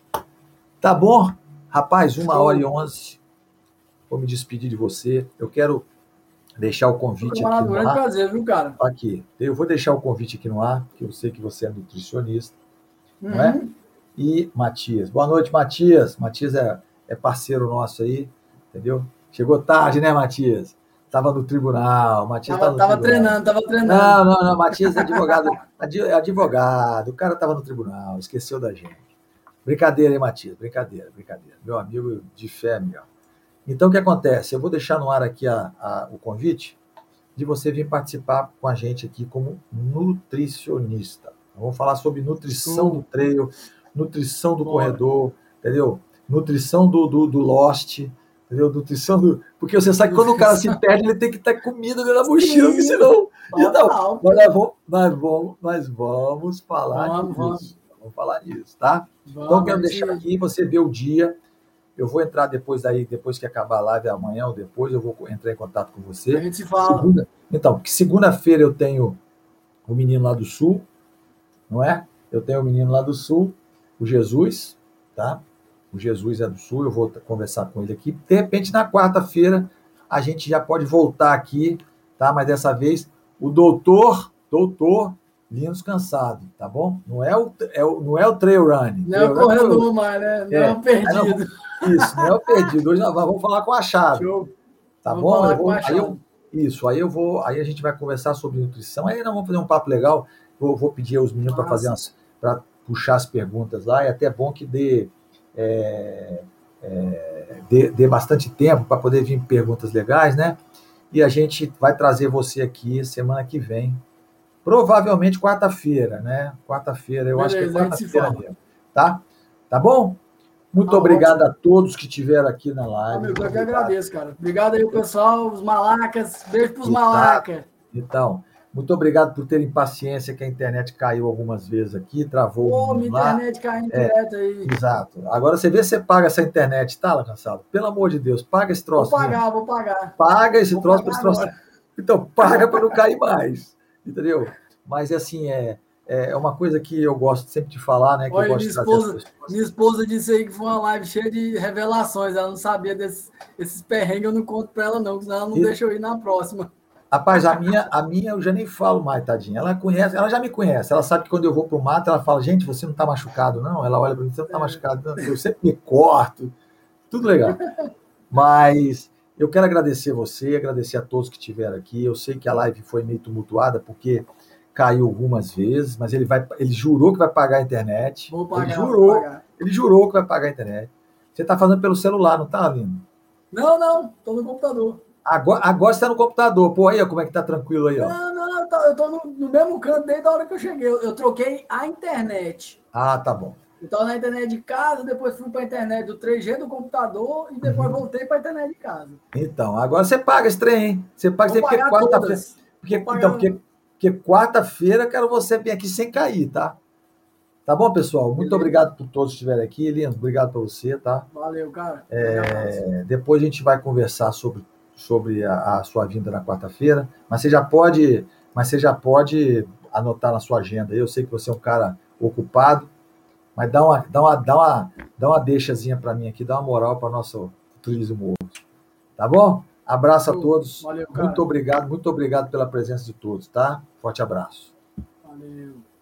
A: Tá bom? Rapaz, 1h11. Vou me despedir de você. Eu quero deixar o convite aqui
B: Um
A: no
B: grande
A: ar.
B: prazer, viu, cara?
A: Aqui, eu vou deixar o convite aqui no ar, que eu sei que você é nutricionista, não é?
B: Uhum.
A: E Matias. Boa noite, Matias. Matias é parceiro nosso aí, entendeu? Chegou tarde, né, Matias? Estava no tribunal. Matias estava no
B: Tava
A: tribunal.
B: treinando, tava treinando.
A: Não, não, não. Matias é advogado. Advogado. O cara estava no tribunal, esqueceu da gente. Brincadeira, hein, Matias? Brincadeira, brincadeira. Meu amigo de fé, Miguel. Então, o que acontece? Eu vou deixar no ar aqui o convite de você vir participar com a gente aqui como nutricionista. Vamos falar sobre nutrição do
B: Show.
A: trail, nutrição do
B: Bora.
A: corredor, entendeu? Nutrição do Lost, entendeu? Nutrição do. Porque você sabe que quando o cara se
B: Nutrição.
A: perde, ele tem que ter comida dentro da mochila, porque
B: Sim,
A: senão. Então,
B: total, pô.
A: nós vamos falar
B: Vamos.
A: nisso. Vamos falar nisso, tá? Então, eu
B: Vamos,
A: quero deixar aqui, você vê o dia. Eu vou entrar depois que acabar a live amanhã ou depois, eu vou entrar em contato com
B: a
A: você.
B: gente se fala.
A: Então, porque segunda-feira eu tenho o menino lá do Sul, não é? Eu tenho o menino lá do Sul, o Jesus, tá? O Jesus é do Sul, eu vou conversar com ele aqui. De repente, na quarta-feira, a gente já pode voltar aqui, tá? Mas dessa vez, o doutor Linus Cansado, tá bom? Não é o trail running.
B: Não é
A: Trail
B: o
A: running foi
B: corredor mais, né? Não é o
A: aí nós
B: perdido.
A: isso, não é o perdido. Hoje nós vamos falar com o achado,
B: Show.
A: tá
B: Vamos
A: bom?
B: falar com o Machado.
A: Aí a gente vai conversar sobre nutrição. Aí nós vamos fazer um papo legal. Vou pedir aos meninos
B: Massa.
A: para puxar as perguntas lá. É até bom que é, dê bastante tempo para poder vir perguntas legais, né? E a gente vai trazer você aqui semana que vem. Provavelmente quarta-feira, né? Quarta-feira, eu acho que é
B: Beleza, a gente se
A: quarta-feira
B: fala.
A: mesmo, tá? Tá bom? Muito
B: Tá
A: obrigado
B: ótimo.
A: a todos que estiveram aqui na live.
B: Amigo,
A: Muito
B: eu que
A: obrigado.
B: agradeço, cara. Obrigado aí, pessoal, os malacas. Beijo pros
A: Exato.
B: malacas.
A: Então, muito obrigado por terem paciência que a internet caiu algumas vezes aqui, travou o
B: Pô,
A: menino
B: minha
A: lá.
B: internet caindo
A: É,
B: direto aí.
A: exato. Agora você vê se você paga essa internet, tá, Cansado? Pelo amor de Deus, paga esse
B: Vou
A: troço, viu?
B: pagar, vou pagar.
A: Paga esse
B: Vou
A: troço para
B: pagar
A: esse troço.
B: agora.
A: Então, paga para não cair mais. Entendeu? Mas assim, é uma coisa que eu gosto sempre de falar, né? Que eu
B: Olha,
A: gosto de trazer as pessoas.
B: minha esposa disse aí que foi uma live cheia de revelações. Ela não sabia desses perrengues, eu não conto para ela, não, senão ela não
A: E,
B: deixa eu ir na próxima.
A: rapaz, a minha eu já nem falo mais, tadinha. Ela conhece, ela já me conhece. Ela sabe que quando eu vou pro mato, ela fala, gente, você não tá machucado, não? Ela olha para mim, você não tá machucado, não. Eu sempre me corto, tudo legal. Mas eu quero agradecer você, agradecer a todos que estiveram aqui. Eu sei que a live foi meio tumultuada, porque caiu algumas vezes, mas ele jurou que vai pagar a internet.
B: Vou
A: Ele
B: pagar, vou
A: jurou,
B: pagar.
A: ele jurou que vai pagar a internet. Você está fazendo pelo celular, não tá, Lino?
B: Não, não, tô no computador.
A: Agora você está no computador. Pô, aí, ó, como é que tá tranquilo aí, ó.
B: Não, eu tô no mesmo canto desde a hora que eu cheguei. Eu troquei a internet.
A: Ah, tá bom.
B: Eu estava na internet de casa, depois fui para a internet do 3G do computador e depois voltei para a internet de casa.
A: Então, agora você paga esse trem, hein? Você paga
B: Vou
A: esse trem porque
B: pagar
A: quarta-feira.
B: todas. Vou pagar.
A: Porque quarta-feira eu quero você vir aqui sem cair, tá? Tá bom, pessoal? Muito obrigado por todos que estiverem aqui. Lindo, obrigado por você, tá?
B: Valeu, cara.
A: Depois a gente vai conversar sobre a sua vinda na quarta-feira, mas você já pode anotar na sua agenda. Eu sei que você é um cara ocupado, mas dá uma deixazinha para mim aqui, dá uma moral para nosso turismo, tá bom? Abraço a todos.
B: Valeu, cara.
A: Muito obrigado pela presença de todos, tá? Forte abraço.
B: Valeu.